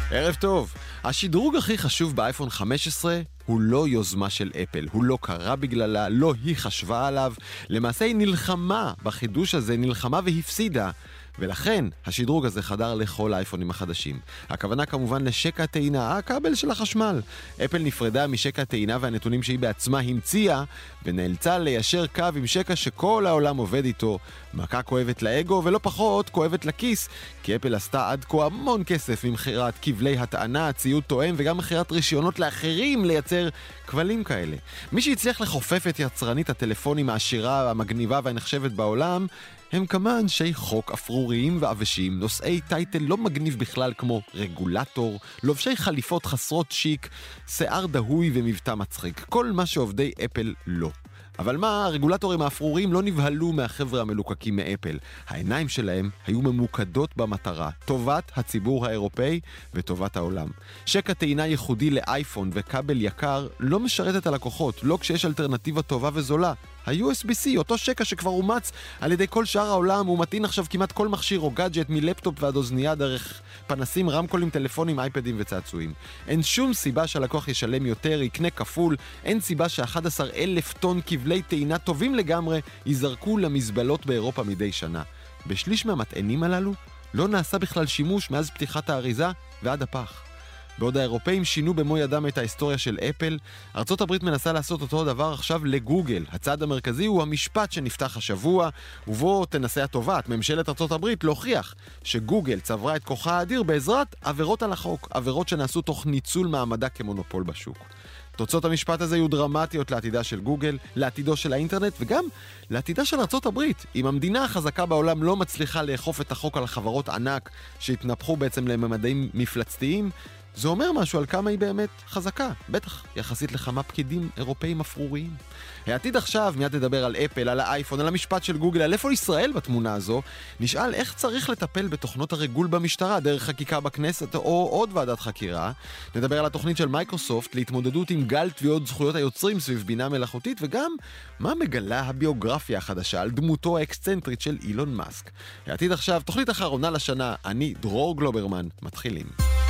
ערב טוב. השדרוג הכי חשוב באייפון 15 הוא לא יוזמה של אפל, הוא לא קרה בגללה, לא היא חשבה עליו. למעשה היא נלחמה בחידוש הזה, נלחמה והפסידה. ולכן השדרוג הזה חדר לכל האייפונים החדשים. הכוונה כמובן לשקע טעינה, הכבל של החשמל. אפל נפרדה משקע טעינה והנתונים שהיא בעצמה המציאה, ונאלצה ליישר קו עם שקע שכל העולם עובד איתו. מכה כואבת לאגו ולא פחות כואבת לכיס, כי אפל עשתה עד כה המון כסף ממחירת כבלי הטענה, ציוד תואם וגם מחירת רישיונות לאחרים לייצר כבלים כאלה. מי שהצליח לחופף את יצרנית הטלפונים העשירה, המגניבה והנחשבת בעולם, הם כמה אנשי חוק אפרוריים ועבשים, נושאי טייטל לא מגניב בכלל כמו רגולטור, לובשי חליפות חסרות שיק, שיער דהוי ומבטא מצחיק. כל מה שעובדי אפל לא. אבל מה, הרגולטורים האפרוריים לא נבהלו מהחבר'ה המלוקקים מאפל. העיניים שלהם היו ממוקדות במטרה, טובת הציבור האירופאי וטובת העולם. שקע טעינה ייחודי לאייפון וכבל יקר לא משרת את הלקוחות, לא כשיש אלטרנטיבה טובה וזולה. ה-USB-C, אותו שקע שכבר אומץ על ידי כל שאר העולם, הוא מטעין עכשיו כמעט כל מכשיר או גאדג'ט מלפטופ ועד אוזנייה דרך פנסים, רמקולים, טלפונים, אייפדים וצעצועים. אין שום סיבה שהלקוח ישלם יותר, יקנה כפול, אין סיבה ש11,000 טון כבלי טעינה טובים לגמרי ייזרקו למזבלות באירופה מדי שנה. בשליש מהמטענים הללו לא נעשה בכלל שימוש מאז פתיחת האריזה ועד הפח. בעוד האירופאים שינו במו ידם את ההיסטוריה של אפל, ארצות הברית מנסה לעשות אותו דבר עכשיו לגוגל. הצעד המרכזי הוא המשפט שנפתח השבוע, ובו תנסה התובעת, ממשלת ארצות הברית, להוכיח שגוגל צברה את כוחה האדיר בעזרת עבירות על החוק, עבירות שנעשו תוך ניצול מעמדה כמונופול בשוק. תוצאות המשפט הזה יהיו דרמטיות לעתידה של גוגל, לעתידו של האינטרנט וגם לעתידה של ארצות הברית. אם המדינה החזקה בעולם לא מצליחה לאכוף את החוק על חברות ענק שהתנפחו בעצם לממדים מפלצתיים, זה אומר משהו על כמה היא באמת חזקה, בטח יחסית לכמה פקידים אירופאים אפרוריים. העתיד עכשיו, מיד תדבר על אפל, על האייפון, על המשפט של גוגל, על איפה ישראל בתמונה הזו. נשאל איך צריך לטפל בתוכנות הריגול במשטרה, דרך חקיקה בכנסת או עוד ועדת חקירה. נדבר על התוכנית של מייקרוסופט להתמודדות עם גל תביעות זכויות היוצרים סביב בינה מלאכותית, וגם מה מגלה הביוגרפיה החדשה על דמותו האקסצנטרית של אילון מאסק. העתיד עכשיו, תוכנית אחרונה לשנה, אני דרור גלוברמן, מתחילים.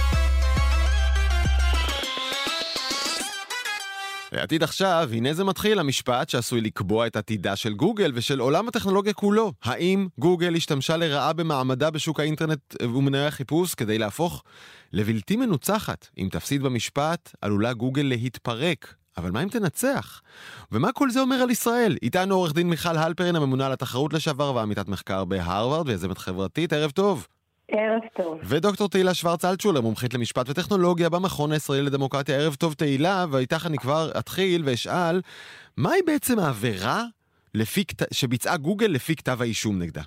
העתיד עכשיו, הנה זה מתחיל המשפט שעשוי לקבוע את עתידה של גוגל ושל עולם הטכנולוגיה כולו. האם גוגל השתמשה לרעה במעמדה בשוק האינטרנט ומנועי החיפוש כדי להפוך לבלתי מנוצחת? אם תפסיד במשפט, עלולה גוגל להתפרק. אבל מה אם תנצח? ומה כל זה אומר על ישראל? איתנו עורך דין מיכל הלפרין, הממונה על התחרות לשעבר ועמיתת מחקר בהרווארד ויזמת חברתית. ערב טוב. ערב טוב. ודוקטור תהילה שוורץ-אלטשולר, מומחית למשפט וטכנולוגיה במכון הישראלי לדמוקרטיה. ערב טוב תהילה, ואיתך אני כבר אתחיל ואשאל, מהי בעצם העבירה שביצעה גוגל לפי כתב האישום נגדה?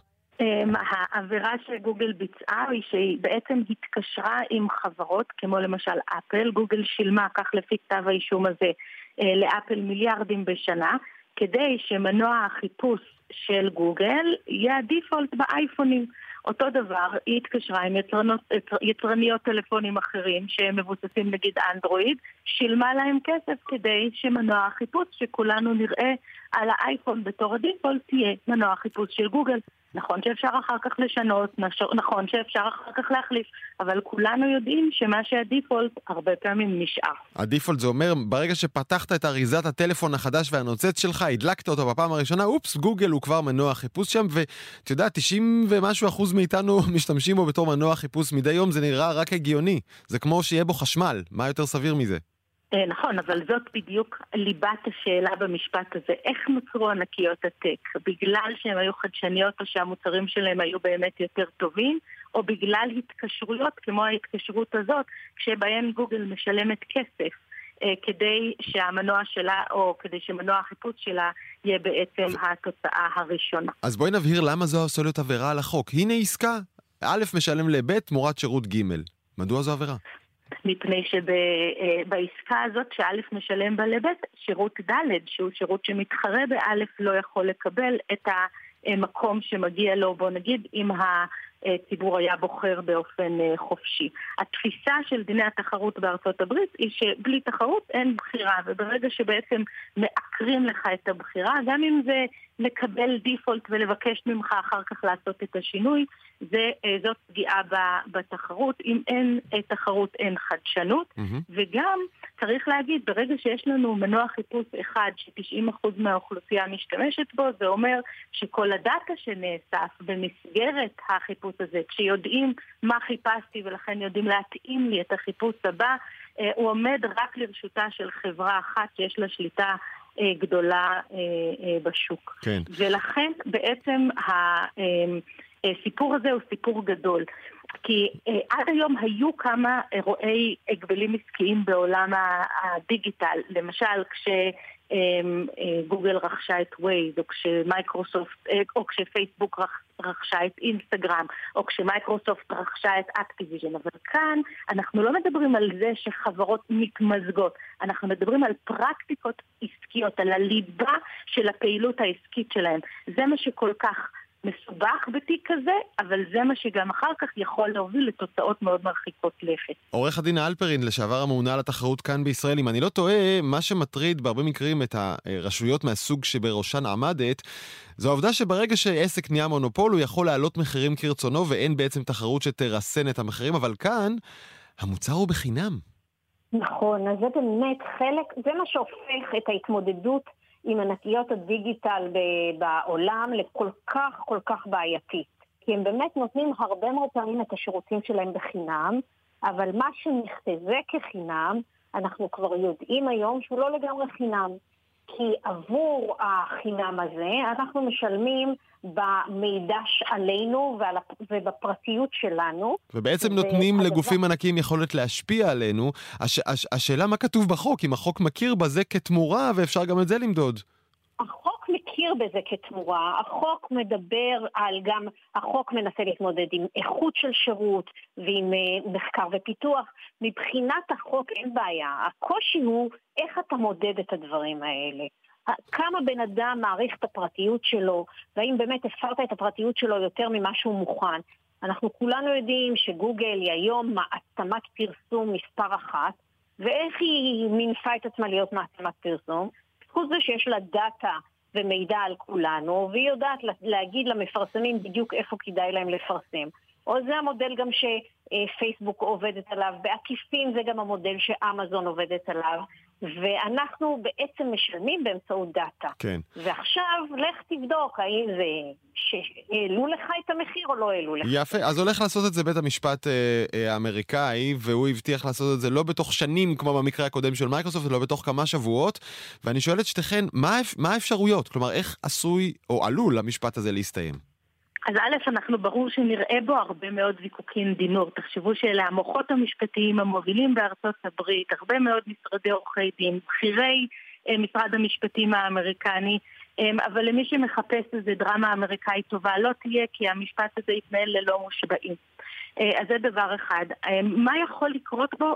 העבירה שגוגל ביצעה היא שהיא בעצם התקשרה עם חברות, כמו למשל אפל. גוגל שילמה, כך לפי כתב האישום הזה, לאפל מיליארדים בשנה, כדי שמנוע החיפוש של גוגל יהיה הדיפולט באייפונים. אותו דבר, היא התקשרה עם יצרניות טלפונים אחרים שמבוססים נגיד אנדרואיד, שילמה להם כסף כדי שמנוע החיפוש שכולנו נראה על האייפון בתור הדיפולט תהיה מנוע החיפוש של גוגל. נכון שאפשר אחר כך לשנות, נכון שאפשר אחר כך להחליף, אבל כולנו יודעים שמה שהדיפולט הרבה פעמים נשאר. הדיפולט זה אומר, ברגע שפתחת את אריזת הטלפון החדש והנוצץ שלך, הדלקת אותו בפעם הראשונה, אופס, גוגל הוא כבר מנוע חיפוש שם, ואתה יודע, 90 ומשהו אחוז מאיתנו משתמשים בו בתור מנוע חיפוש מדי יום, זה נראה רק הגיוני. זה כמו שיהיה בו חשמל, מה יותר סביר מזה? נכון, אבל זאת בדיוק ליבת השאלה במשפט הזה. איך נוצרו ענקיות הטק? בגלל שהם היו חדשניות או שהמוצרים שלהם היו באמת יותר טובים, או בגלל התקשרויות כמו ההתקשרות הזאת, כשבהן גוגל משלמת כסף כדי שהמנוע שלה, או כדי שמנוע החיפוש שלה יהיה בעצם התוצאה הראשונה. אז בואי נבהיר למה זו עשוי להיות עבירה על החוק. הנה עסקה, א' משלם לב' תמורת שירות ג'. מדוע זו עבירה? מפני שבעסקה הזאת שא' משלם בה לב', שירות ד', שהוא שירות שמתחרה בא', לא יכול לקבל את המקום שמגיע לו, בוא נגיד, אם הציבור היה בוחר באופן חופשי. התפיסה של דיני התחרות בארצות הברית היא שבלי תחרות אין בחירה, וברגע שבעצם מעקרים לך את הבחירה, גם אם זה לקבל דיפולט ולבקש ממך אחר כך לעשות את השינוי, זאת פגיעה בתחרות. אם אין תחרות אין חדשנות, וגם צריך להגיד, ברגע שיש לנו מנוע חיפוש אחד ש90% מהאוכלוסייה משתמשת בו, זה אומר שכל הדאטה שנאסף במסגרת החיפוש הזה, כשיודעים מה חיפשתי ולכן יודעים להתאים לי את החיפוש הבא, הוא עומד רק לרשותה של חברה אחת שיש לה שליטה גדולה בשוק. כן. ולכן בעצם הסיפור הזה הוא סיפור גדול. כי עד היום היו כמה אירועי הגבלים עסקיים בעולם הדיגיטל. למשל, כשגוגל רכשה את ווייז, או כשמייקרוסופט, או כשפייסבוק רכשה את אינסטגרם, או כשמייקרוסופט רכשה את אקטיביז'ן. אבל כאן אנחנו לא מדברים על זה שחברות מתמזגות. אנחנו מדברים על פרקטיקות עסקיות, על הליבה של הפעילות העסקית שלהם. זה מה שכל כך מסובך בתיק כזה, אבל זה מה שגם אחר כך יכול להוביל לתוצאות מאוד מרחיקות לכת. עורך הדין אלפרין, לשעבר הממונה על התחרות כאן בישראל, אם אני לא טועה, מה שמטריד בהרבה מקרים את הרשויות מהסוג שבראשן עמדת, זו העובדה שברגע שעסק נהיה מונופול, הוא יכול להעלות מחירים כרצונו, ואין בעצם תחרות שתרסן את המחירים, אבל כאן המוצר הוא בחינם. נכון, אז זה באמת חלק, זה מה שהופך את ההתמודדות עם ענקיות הדיגיטל בעולם לכל כך בעייתית. כי הם באמת נותנים הרבה מאוד פעמים את השירותים שלהם בחינם, אבל מה שנכתזה כחינם, אנחנו כבר יודעים היום שהוא לא לגמרי חינם. כי עבור החינם הזה אנחנו משלמים במידע עלינו ובפרטיות שלנו. ובעצם נותנים לגופים ענקיים יכולת להשפיע עלינו. השאלה מה כתוב בחוק, אם החוק מכיר בזה כתמורה ואפשר גם את זה למדוד. החוק מכיר בזה כתמורה, החוק מדבר על גם, החוק מנסה להתמודד עם איכות של שירות ועם מחקר ופיתוח. מבחינת החוק אין בעיה, הקושי הוא איך אתה מודד את הדברים האלה. כמה בן אדם מעריך את הפרטיות שלו, והאם באמת הפרת את הפרטיות שלו יותר ממה שהוא מוכן. אנחנו כולנו יודעים שגוגל היא היום מעצמת פרסום מספר אחת, ואיך היא מינפה את עצמה להיות מעצמת פרסום? בזכות זה שיש לה דאטה ומידע על כולנו, והיא יודעת להגיד למפרסמים בדיוק איפה כדאי להם לפרסם. או זה המודל גם שפייסבוק עובדת עליו, בעקיפין זה גם המודל שאמזון עובדת עליו, ואנחנו בעצם משלמים באמצעות דאטה. כן. ועכשיו לך תבדוק האם זה שהעלו לך את המחיר או לא העלו לך. יפה, אז הולך לעשות את זה בית המשפט האמריקאי, והוא הבטיח לעשות את זה לא בתוך שנים כמו במקרה הקודם של מייקרוסופט, אלא בתוך כמה שבועות, ואני שואל את שתיכן, מה האפשרויות? כלומר, איך עשוי או עלול המשפט הזה להסתיים? אז א', אנחנו ברור שנראה בו הרבה מאוד זיקוקין דינור. תחשבו שאלה המוחות המשפטיים המובילים בארצות הברית, הרבה מאוד משרדי עורכי דין, בחירי משרד המשפטים האמריקני, אבל למי שמחפש איזה דרמה אמריקאית טובה לא תהיה, כי המשפט הזה יתנהל ללא מושבעים. אז זה דבר אחד. מה יכול לקרות בו?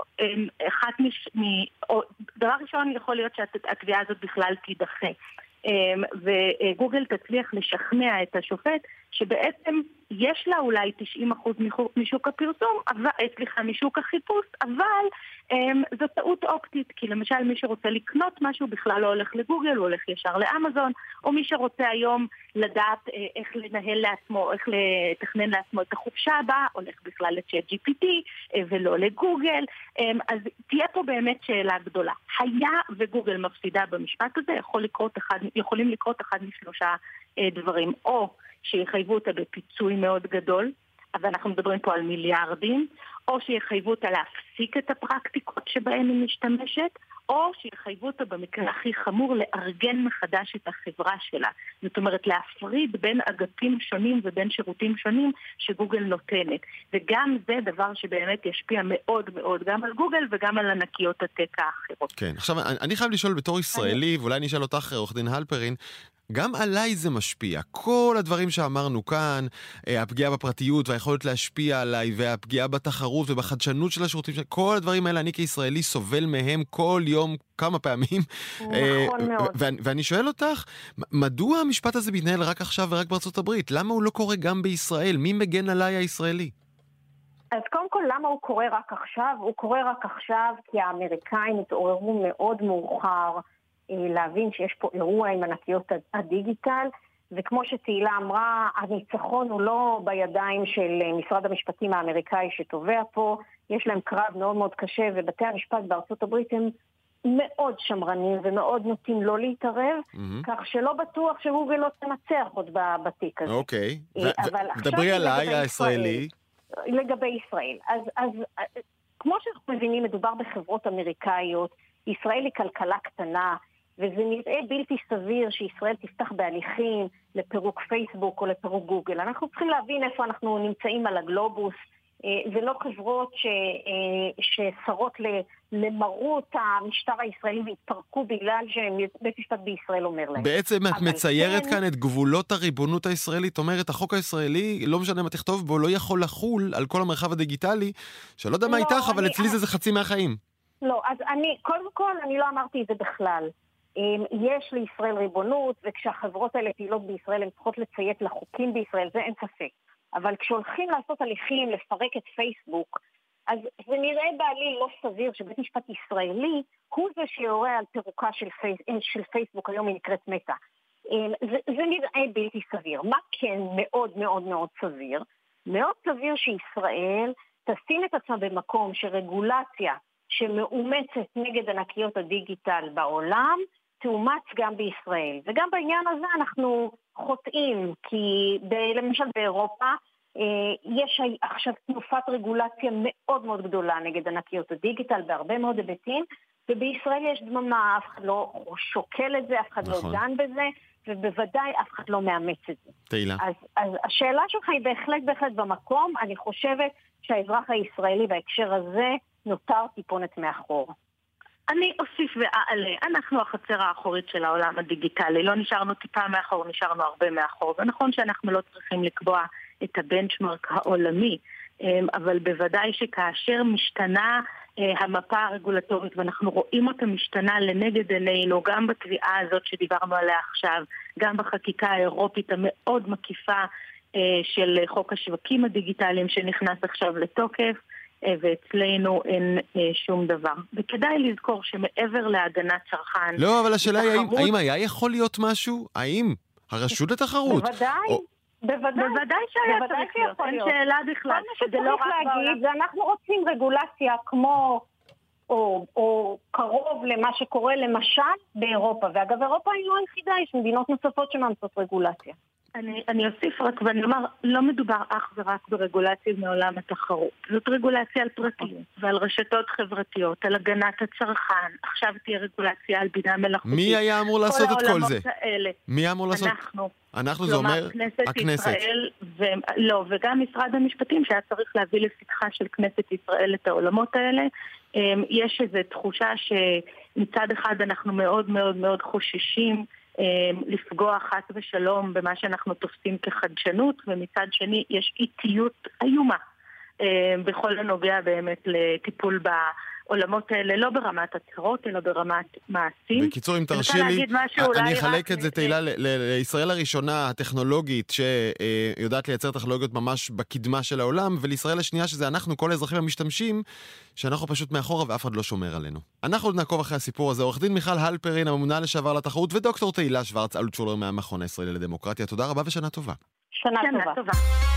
דבר ראשון יכול להיות שהתביעה הזאת בכלל תידחה. וגוגל תצליח לשכנע את השופט שבעצם יש לה אולי 90% משוק הפרסום, משוק החיפוש, אבל זו טעות אופטית, כי למשל מי שרוצה לקנות משהו בכלל לא הולך לגוגל, הוא הולך ישר לאמזון, או מי שרוצה היום לדעת איך לנהל לעצמו, איך לתכנן לעצמו את החופשה הבאה, הולך בכלל לצ'אט GPT ולא לגוגל. אז תהיה פה באמת שאלה גדולה. היה וגוגל מפסידה במשפט הזה, יכולים לקרות אחד משלושה דברים, או שיחייבו אותה בפיצוי מאוד גדול, אבל אנחנו מדברים פה על מיליארדים, או שיחייבו אותה להפסיק את הפרקטיקות שבהן היא משתמשת, או שיחייבו אותה במקרה הכי חמור לארגן מחדש את החברה שלה. זאת אומרת, להפריד בין אגפים שונים ובין שירותים שונים שגוגל נותנת. וגם זה דבר שבאמת ישפיע מאוד מאוד גם על גוגל וגם על ענקיות הטק האחרות. כן, עכשיו אני חייב לשאול בתור ישראלי, ואולי נשאל אותך עורך דין הלפרין, גם עליי זה משפיע. כל הדברים שאמרנו כאן, הפגיעה בפרטיות והיכולת להשפיע עליי, והפגיעה בתחרות ובחדשנות של השירותים, כל הדברים האלה אני כישראלי סובל מהם כל יום כמה פעמים. נכון מאוד. ואני שואל אותך, מדוע המשפט הזה מתנהל רק עכשיו ורק בארצות הברית? למה הוא לא קורה גם בישראל? מי מגן עליי הישראלי? אז קודם כל, למה הוא קורה רק עכשיו? הוא קורה רק עכשיו כי האמריקאים התעוררו מאוד מאוחר להבין שיש פה אירוע עם ענקיות הדיגיטל, וכמו שתהילה אמרה, הניצחון הוא לא בידיים של משרד המשפטים האמריקאי שתובע פה, יש להם קרב מאוד מאוד קשה, ובתי המשפט בארצות הברית הם מאוד שמרנים ומאוד נוטים לא להתערב, כך שלא בטוח שגוגל לא תנצח עוד בתיק הזה. אוקיי, ודברי עליי, הישראלי. לגבי ישראל. אז כמו שאנחנו מבינים, מדובר בחברות אמריקאיות, ישראל היא כלכלה קטנה, וזה נראה בלתי סביר שישראל תפתח בהליכים לפירוק פייסבוק או לפירוק גוגל. אנחנו צריכים להבין איפה אנחנו נמצאים על הגלובוס, ולא חברות ששרות למרות המשטר הישראלי והתפרקו בגלל שבית משפט בישראל אומר להם. בעצם את מציירת כאן את גבולות הריבונות הישראלית, אומרת החוק הישראלי, לא משנה מה תכתוב בו, לא יכול לחול על כל המרחב הדיגיטלי, שלא יודע מה איתך, אבל אצלי זה חצי מהחיים. לא, אז קודם כל, אני לא אמרתי את זה בכלל. יש לישראל ריבונות, וכשהחברות האלה פעילות בישראל, הן צריכות לציית לחוקים בישראל, זה אין ספק. אבל כשהולכים לעשות הליכים לפרק את פייסבוק, אז זה נראה בעליל לא סביר שבית משפט ישראלי הוא זה שיורה על פירוקה של פייסבוק, היום היא נקראת מטה. זה נראה בלתי סביר. מה כן מאוד מאוד מאוד סביר? מאוד סביר שישראל תשים את עצמה במקום שרגולציה שמאומצת נגד ענקיות הדיגיטל בעולם, תאומץ גם בישראל. וגם בעניין הזה אנחנו חוטאים, כי למשל באירופה יש עכשיו תנופת רגולציה מאוד מאוד גדולה נגד ענקיות הדיגיטל בהרבה מאוד היבטים, ובישראל יש דממה, אף אחד לא שוקל את זה, אף אחד לא דן בזה, ובוודאי אף אחד לא מאמץ את זה. תהילה. אז השאלה שלך היא בהחלט במקום, אני חושבת שהאזרח הישראלי בהקשר הזה נותר טיפונת מאחור. אני אוסיף ואעלה, אנחנו החצר האחורית של העולם הדיגיטלי, לא נשארנו טיפה מאחור, נשארנו הרבה מאחור, ונכון שאנחנו לא צריכים לקבוע את הבנצ'מרק העולמי, אבל בוודאי שכאשר משתנה המפה הרגולטורית, ואנחנו רואים אותה משתנה לנגד עינינו, גם בתביעה הזאת שדיברנו עליה עכשיו, גם בחקיקה האירופית המאוד מקיפה של חוק השווקים הדיגיטליים שנכנס עכשיו לתוקף, ואצלנו אין שום דבר. וכדאי לזכור שמעבר להגנת צרכן... לא, אבל השאלה היא, האם היה יכול להיות משהו? האם הרשות לתחרות? בוודאי שהיה צריך להיות. אין שאלה בכלל. מה שצריך להגיד, זה אנחנו רוצים רגולציה כמו, או קרוב למה שקורה למשל באירופה. ואגב, אירופה היא לא היחידה, יש מדינות נוספות שמאמצות רגולציה. אני אוסיף רק ואני אומר, לא מדובר אך ורק ברגולציה מעולם התחרות. זאת רגולציה על פרטיות ועל רשתות חברתיות, על הגנת הצרכן. עכשיו תהיה רגולציה על בינה מלאכותית. מי היה אמור לעשות את כל זה? מי היה אמור לעשות? אנחנו זה אומר הכנסת. לא, וגם משרד המשפטים שהיה צריך להביא לפתחה של כנסת ישראל את העולמות האלה. יש איזו תחושה שמצד אחד אנחנו מאוד מאוד מאוד חוששים לפגוע חס ושלום במה שאנחנו תופסים כחדשנות, ומצד שני יש איטיות איומה בכל הנוגע באמת לטיפול בעולמות האלה, לא ברמת הצהרות אלא ברמת מעשים. בקיצור, אם תרשי לי, אני אחלק את זה תהילה לישראל הראשונה הטכנולוגית שיודעת לייצר טכנולוגיות ממש בקדמה של העולם, ולישראל השנייה שזה אנחנו כל האזרחים המשתמשים, שאנחנו פשוט מאחורה ואף אחד לא שומר עלינו. אנחנו עוד נעקוב אחרי הסיפור הזה. עורך דין מיכל הלפרין, הממונה לשעבר לתחרות, ודוקטור תהילה שוורץ אלטשולר מהמכון הישראלי לדמוקרטיה. תודה רבה ושנה טובה. שנה טובה.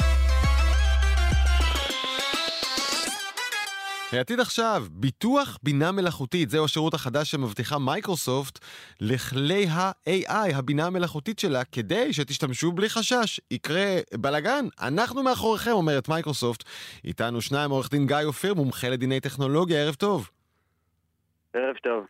העתיד עכשיו, ביטוח בינה מלאכותית, זהו השירות החדש שמבטיחה מייקרוסופט לכלי ה-AI, הבינה המלאכותית שלה, כדי שתשתמשו בלי חשש. יקרה בלגן, אנחנו מאחוריכם, אומרת מייקרוסופט. איתנו שניים, עורך דין גיא אופיר, מומחה לדיני טכנולוגיה, ערב טוב. ערב טוב.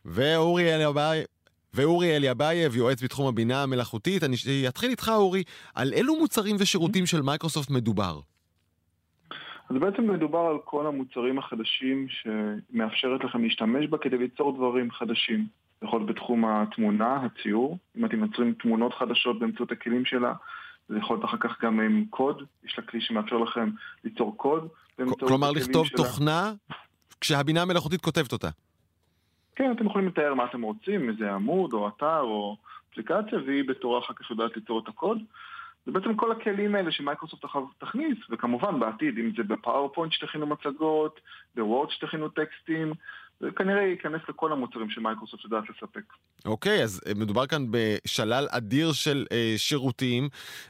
ואורי אליאבייב, יועץ בתחום הבינה המלאכותית. אני אתחיל איתך, אורי, על אילו מוצרים ושירותים של מייקרוסופט מדובר? אז בעצם מדובר על כל המוצרים החדשים שמאפשרת לכם להשתמש בה כדי ליצור דברים חדשים. זה יכול להיות בתחום התמונה, הציור, אם אתם יוצרים תמונות חדשות באמצעות הכלים שלה, זה יכול להיות אחר כך גם עם קוד, יש לה כלי שמאפשר לכם ליצור קוד. כלומר לכתוב תוכנה כשהבינה המלאכותית כותבת אותה. כן, אתם יכולים לתאר מה אתם רוצים, איזה עמוד או אתר או אפליקציה, והיא בתורה אחר כך יודעת ליצור את הקוד. זה בעצם כל הכלים האלה שמייקרוסופט תכניס, וכמובן בעתיד, אם זה בפאורפוינט שתכינו מצגות, בוורד שתכינו טקסטים, זה כנראה ייכנס לכל המוצרים שמייקרוסופט יודעת לספק. אוקיי, אז מדובר כאן בשלל אדיר של שירותים.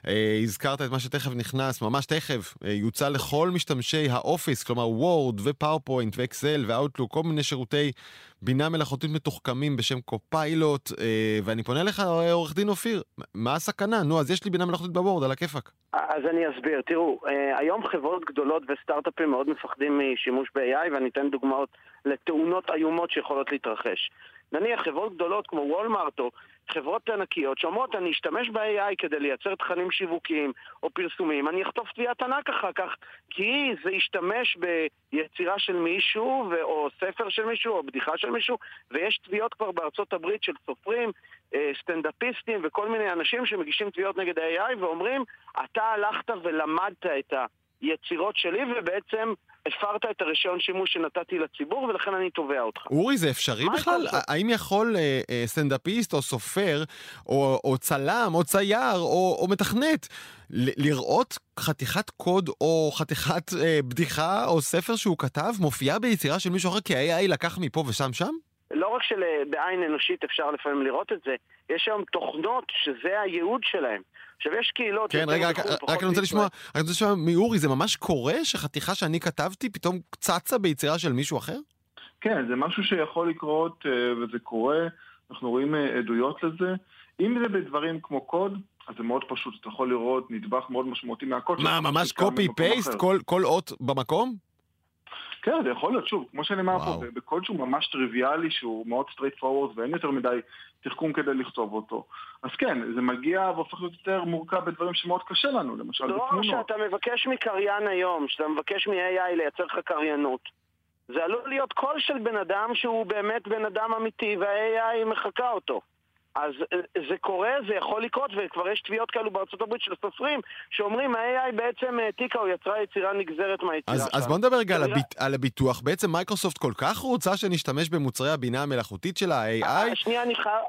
הזכרת את מה שתכף נכנס, ממש תכף, יוצא לכל משתמשי האופיס, כלומר וורד ופאורפוינט ואקסל ואוטלוק, כל מיני שירותי בינה מלאכותית מתוחכמים בשם קופיילוט, ואני פונה לך, עורך דין אופיר, מה הסכנה? נו, אז יש לי בינה מלאכותית בוורד, על הכיפק. אז אני אסביר, תראו, היום חברות גדולות וסטארט-אפים מאוד מפחדים משימוש ב-AI, ואני אתן דוגמאות לתאונות איומות שיכולות להתרחש. נניח חברות גדולות כמו וולמארט או חברות ענקיות שאומרות אני אשתמש ב-AI כדי לייצר תכנים שיווקיים או פרסומים, אני אחטוף תביעת ענק אחר כך, כי זה ישתמש ביצירה של מישהו או ספר של מישהו או בדיחה של מישהו, ויש תביעות כבר בארצות הברית של סופרים, סטנדאפיסטים וכל מיני אנשים שמגישים תביעות נגד ה-AI ואומרים אתה הלכת ולמדת את היצירות שלי ובעצם הפרת את הרישיון שימוש שנתתי לציבור ולכן אני תובע אותך. אורי, זה אפשרי בכלל? האם יכול סטנדאפיסט או סופר או צלם או צייר או מתכנת לראות חתיכת קוד או חתיכת בדיחה או ספר שהוא כתב מופיע ביצירה של מישהו אחר כי ה-AI לקח מפה ושם שם? לא רק שבעין אנושית אפשר לפעמים לראות את זה, יש היום תוכנות שזה הייעוד שלהם. עכשיו יש קהילות... כן, רגע, רק אני רוצה לשמוע מאורי, זה ממש קורה שחתיכה שאני כתבתי פתאום צצה ביצירה של מישהו אחר? כן, זה משהו שיכול לקרות וזה קורה, אנחנו רואים עדויות לזה. אם זה בדברים כמו קוד, אז זה מאוד פשוט, אתה יכול לראות נדבך מאוד משמעותי מהקוד. מה, ממש קופי-פייסט? כל אות במקום? כן, זה יכול להיות, שוב, כמו שנאמר פה, בקוד שהוא ממש טריוויאלי, שהוא מאוד straight forward, ואין יותר מדי תחכום כדי לכתוב אותו. אז כן, זה מגיע והופך להיות יותר מורכב בדברים שמאוד קשה לנו, למשל בתמונות. לא, שאתה מבקש מקריין היום, שאתה מבקש מ-AI לייצר לך קריינות. זה עלול להיות קול של בן אדם שהוא באמת בן אדם אמיתי, וה-AI מחכה אותו. אז זה קורה, זה יכול לקרות, וכבר יש תביעות כאלו בארצות הברית של סופרים, שאומרים, ה-AI בעצם העתיקה או יצרה יצירה נגזרת מהיצירה שלה. אז בוא נדבר רגע על הביטוח. בעצם מייקרוסופט כל כך רוצה שנשתמש במוצרי הבינה המלאכותית של ה-AI? שנייה,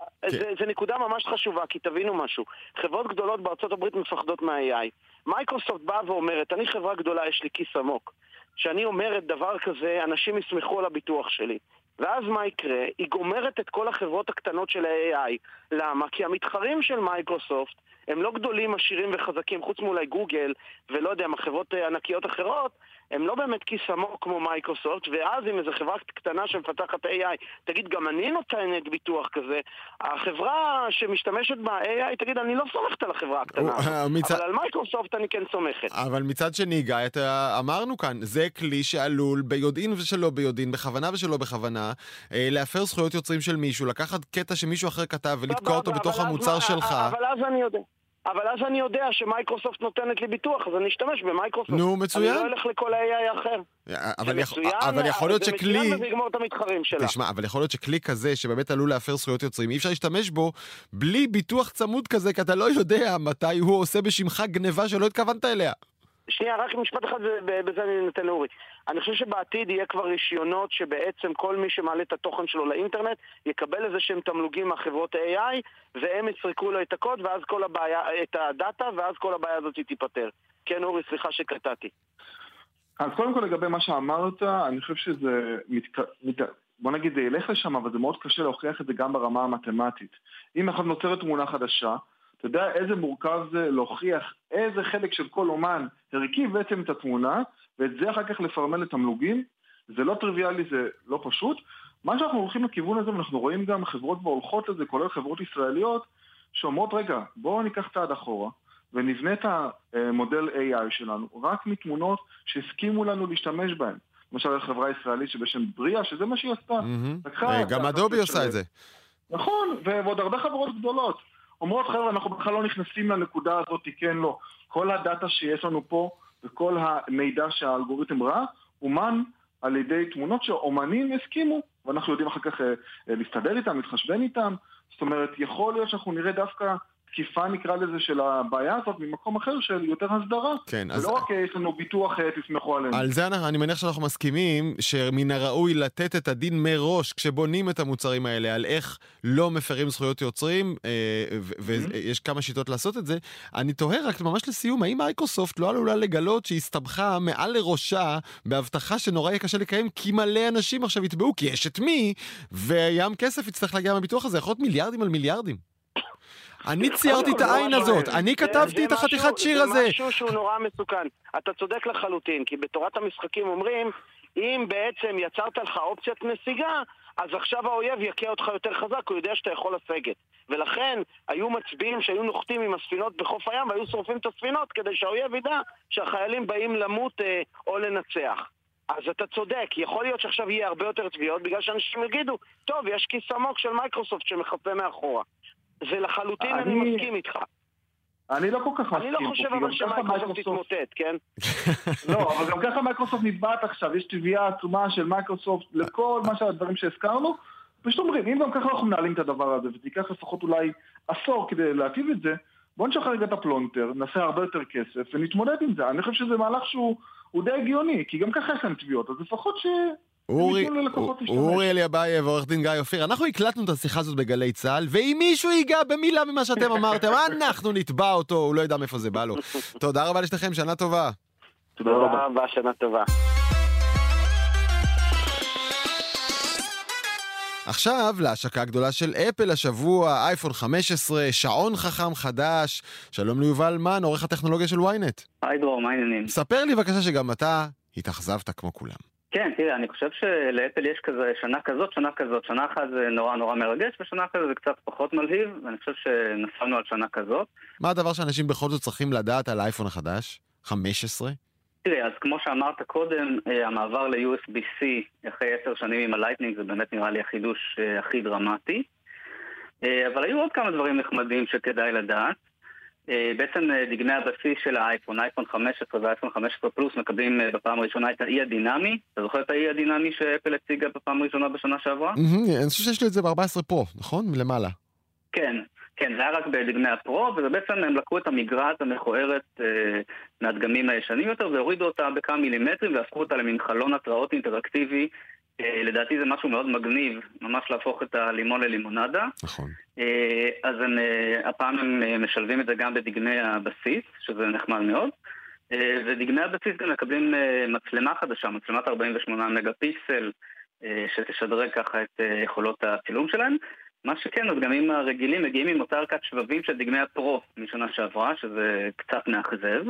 זה נקודה ממש חשובה, כי תבינו משהו. חברות גדולות בארצות הברית מפחדות מה-AI. מייקרוסופט באה ואומרת, אני חברה גדולה, יש לי כיס עמוק. שאני אומרת דבר כזה, אנשים יסמכו על הביטוח שלי. ואז מה יקרה? היא גומרת את כל החברות הקטנות של ה-AI. למה? כי המתחרים של מייקרוסופט הם לא גדולים, עשירים וחזקים, חוץ מאולי גוגל ולא יודע, חברות ענקיות אחרות, הם לא באמת כיס עמוק כמו מייקרוסופט, ואז אם איזו חברה קטנה שמפתחת AI, תגיד, גם אני נותנת ביטוח כזה, החברה שמשתמשת ב-AI, תגיד, אני לא סומכת על החברה הקטנה, אבל על מייקרוסופט אני כן סומכת. אבל מצד שני, גיא, אמרנו כאן, זה כלי שעלול ביודעין ושלא ביודעין, בכוונה ושלא בכוונה, להפר זכויות יוצרים של מישהו, לקחת קטע שמישהו אחר כתב ולתקוע אותו בתוך המוצר שלך. אבל אז אני יודע שמייקרוסופט נותנת לי ביטוח, אז אני אשתמש במייקרוסופט. נו, מצוין. אני לא אלך לכל ה-AI אחר. אבל יכול להיות שכלי... זה מצוין וזה יגמור את המתחרים שלה. תשמע, אבל יכול להיות שכלי כזה שבאמת עלול להפר זכויות יוצרים, אי אפשר להשתמש בו בלי ביטוח צמוד כזה, כי אתה לא יודע מתי הוא עושה בשמך גניבה שלא התכוונת אליה. שנייה, רק משפט אחד בזה אני נותן לאורי. אני חושב שבעתיד יהיה כבר רישיונות שבעצם כל מי שמעלה את התוכן שלו לאינטרנט יקבל איזה שהם תמלוגים מהחברות ה-AI והם יצרקו לו את הקוד ואז כל הבעיה, את הדאטה, ואז כל הבעיה הזאת תיפטר. כן אורי, סליחה שקטעתי. אז קודם כל לגבי מה שאמרת, אני חושב שזה בוא נגיד זה ילך לשם, אבל זה מאוד קשה להוכיח את זה גם ברמה המתמטית. אם אחד נוצרת תמונה חדשה, אתה יודע איזה מורכב זה להוכיח איזה חלק של כל אומן הרכיב בעצם את התמונה, ואת זה אחר כך לפרמל לתמלוגים. זה לא טריוויאלי, זה לא פשוט. מה שאנחנו הולכים לכיוון הזה, ואנחנו רואים גם חברות והולכות לזה, כולל חברות ישראליות, שאומרות, רגע, בואו ניקח צעד אחורה, ונבנה את המודל AI שלנו, רק מתמונות שהסכימו לנו להשתמש בהן. למשל, חברה ישראלית שבשם בריה, שזה מה שהיא עשתה. גם אדובי עושה את זה. נכון, ועוד הרבה חברות גדולות. אומרות, חבר'ה, אנחנו בכלל לא נכנסים לנקודה הזאת, כן, לא. כל הדאטה שיש לנו פה, וכל המידע שהאלגוריתם ראה, אומן על ידי תמונות שאומנים הסכימו, ואנחנו יודעים אחר כך להסתדר איתם, להתחשבן איתם. זאת אומרת, יכול להיות שאנחנו נראה דווקא תקיפה נקרא לזה של הבעיה הזאת ממקום אחר של יותר הסדרה. כן, ולא רק יש לנו ביטוח תסמכו עלינו. על זה אני מניח שאנחנו מסכימים שמן הראוי לתת את הדין מראש כשבונים את המוצרים האלה על איך לא מפרים זכויות יוצרים, ויש כמה שיטות לעשות את זה. אני תוהה רק ממש לסיום, האם מייקרוסופט לא עלולה לגלות שהיא הסתבכה מעל לראשה בהבטחה שנורא יהיה קשה לקיים, כי מלא אנשים עכשיו יתבעו, כי יש את מי, וים כסף יצטרך להגיע מהביטוח הזה, יכול להיות מיליארדים על מיליארדים. אני ציירתי את העין הזאת, אני כתבתי את החתיכת שיר הזה. זה משהו שהוא נורא מסוכן. אתה צודק לחלוטין, כי בתורת המשחקים אומרים, אם בעצם יצרת לך אופציית נסיגה, אז עכשיו האויב יקה אותך יותר חזק, הוא יודע שאתה יכול לסגת. ולכן היו מצביעים שהיו נוחתים עם הספינות בחוף הים, והיו שורפים את הספינות כדי שהאויב ידע שהחיילים באים למות או לנצח. אז אתה צודק, יכול להיות שעכשיו יהיה הרבה יותר תביעות, בגלל שאנשים יגידו, טוב, יש כיס עמוק של מייקרוסופט שמחפה מאחורה. זה לחלוטין אני מסכים איתך. אני לא כל כך מסכים. אני לא חושב אבל שמייקרוסופט תתמוטט, כן? לא, אבל גם ככה מייקרוסופט נתבעת עכשיו, יש תביעה עצומה של מייקרוסופט לכל מה שהדברים שהזכרנו, פשוט אומרים, אם גם ככה אנחנו מנהלים את הדבר הזה, ותיקח לפחות אולי עשור כדי להטיב את זה, בוא נשחרר רגע את הפלונטר, נעשה הרבה יותר כסף, ונתמודד עם זה. אני חושב שזה מהלך שהוא די הגיוני, כי גם ככה יש להם תביעות, אז לפחות אורי אליאבייב ועורך דין גיא אופיר, אנחנו הקלטנו את השיחה הזאת בגלי צהל, ואם מישהו ייגע במילה ממה שאתם אמרתם, אנחנו נתבע אותו, הוא לא ידע מאיפה זה בא לו. תודה רבה לשתיכם, שנה טובה. תודה רבה, שנה טובה. עכשיו להשקה הגדולה של אפל השבוע, אייפון 15, שעון חכם חדש. שלום ליובל מן, עורך הטכנולוגיה של ynet. היי דרור, מה העניינים? ספר לי בבקשה שגם אתה התאכזבת כמו כולם. כן, תראה, אני חושב שלאפל יש כזה שנה כזאת, שנה כזאת. שנה אחת זה נורא נורא מרגש, ושנה אחת זה קצת פחות מלהיב, ואני חושב שנפלנו על שנה כזאת. מה הדבר שאנשים בכל זאת צריכים לדעת על האייפון החדש? 15? תראה, אז כמו שאמרת קודם, המעבר ל-USB-C אחרי 10 שנים עם הלייטנינג זה באמת נראה לי החידוש הכי דרמטי. אבל היו עוד כמה דברים נחמדים שכדאי לדעת. בעצם דגמי הבסיס של האייפון, אייפון 15 ואייפון 15 פלוס מקבלים בפעם הראשונה את האי הדינמי. אתה זוכר את האי הדינמי שאפל הציגה בפעם הראשונה בשנה שעברה? אני חושב שיש לי את זה ב-14 פרו, נכון? מלמעלה. כן, זה היה רק בדגמי הפרו, ובעצם הם לקחו את המגרעת המכוערת מהדגמים הישנים יותר, והורידו אותה בכמה מילימטרים, והפכו אותה למין חלון התראות אינטראקטיבי. לדעתי זה משהו מאוד מגניב, ממש להפוך את הלימון ללימונדה. נכון. אז הפעם הם משלבים את זה גם בדגמי הבסיס, שזה נחמד מאוד. ודגמי הבסיס גם מקבלים מצלמה חדשה, מצלמת 48 מגה פיקסל, שתשדרג ככה את יכולות הצילום שלהם. מה שכן, הדגמים הרגילים מגיעים עם אותה ערכת שבבים של דגמי הפרו משנה שעברה, שזה קצת מאכזב.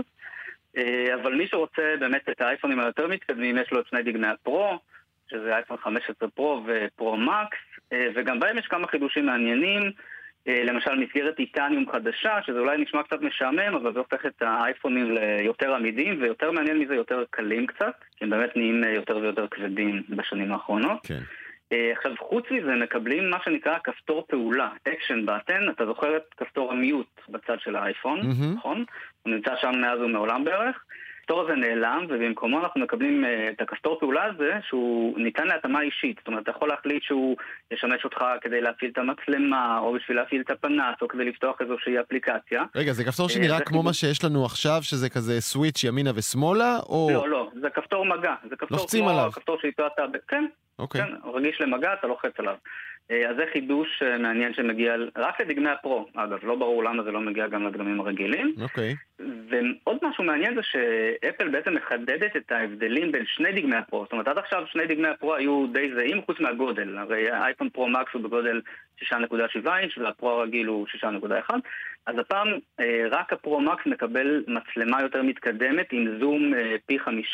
אבל מי שרוצה באמת את האייפונים היותר מתקדמים, יש לו את שני דגמי הפרו, שזה אייפון 15 פרו ופרו מקס, וגם בהם יש כמה חידושים מעניינים, למשל מסגרת טיטניום חדשה, שזה אולי נשמע קצת משעמם, אבל זה הופך את האייפונים ליותר עמידים, ויותר מעניין מזה יותר קלים קצת, כי הם באמת נהיים יותר ויותר כבדים בשנים האחרונות. כן. עכשיו, חוץ מזה, מקבלים מה שנקרא כפתור פעולה, אקשן בטן. אתה זוכר את כפתור המיוט בצד של האייפון, נכון? הוא נמצא שם מאז ומעולם בערך. הכפתור הזה נעלם, ובמקומו אנחנו מקבלים את הכפתור פעולה הזה, שהוא ניתן להתאמה אישית. זאת אומרת, אתה יכול להחליט שהוא ישמש אותך כדי להפעיל את המצלמה, או בשביל להפעיל את הפנס, או כדי לפתוח איזושהי אפליקציה. רגע, זה כפתור שנראה כמו מה שיש לנו עכשיו, שזה כזה סוויץ' ימינה ושמאלה, או... לא, זה כפתור מגע. זה כפתור כמו הכפתור שאיתו אתה... כן, כן, רגיש למגע, אתה לוחץ עליו. אז זה חידוש מעניין שמגיע רק לדגמי הפרו. אגב, לא ברור למה זה לא מגיע גם לדגמים הרגילים. אוקיי. ועוד משהו מעניין זה שאפל בעצם מחדדת את ההבדלים בין שני דגמי הפרו. זאת אומרת, עד עכשיו שני דגמי הפרו היו די זהים חוץ מהגודל. הרי האייפון פרו מקס הוא בגודל 6.7 אינץ' והפרו הרגיל הוא 6.1. אז הפעם רק הפרו מקס מקבל מצלמה יותר מתקדמת עם זום פי 5,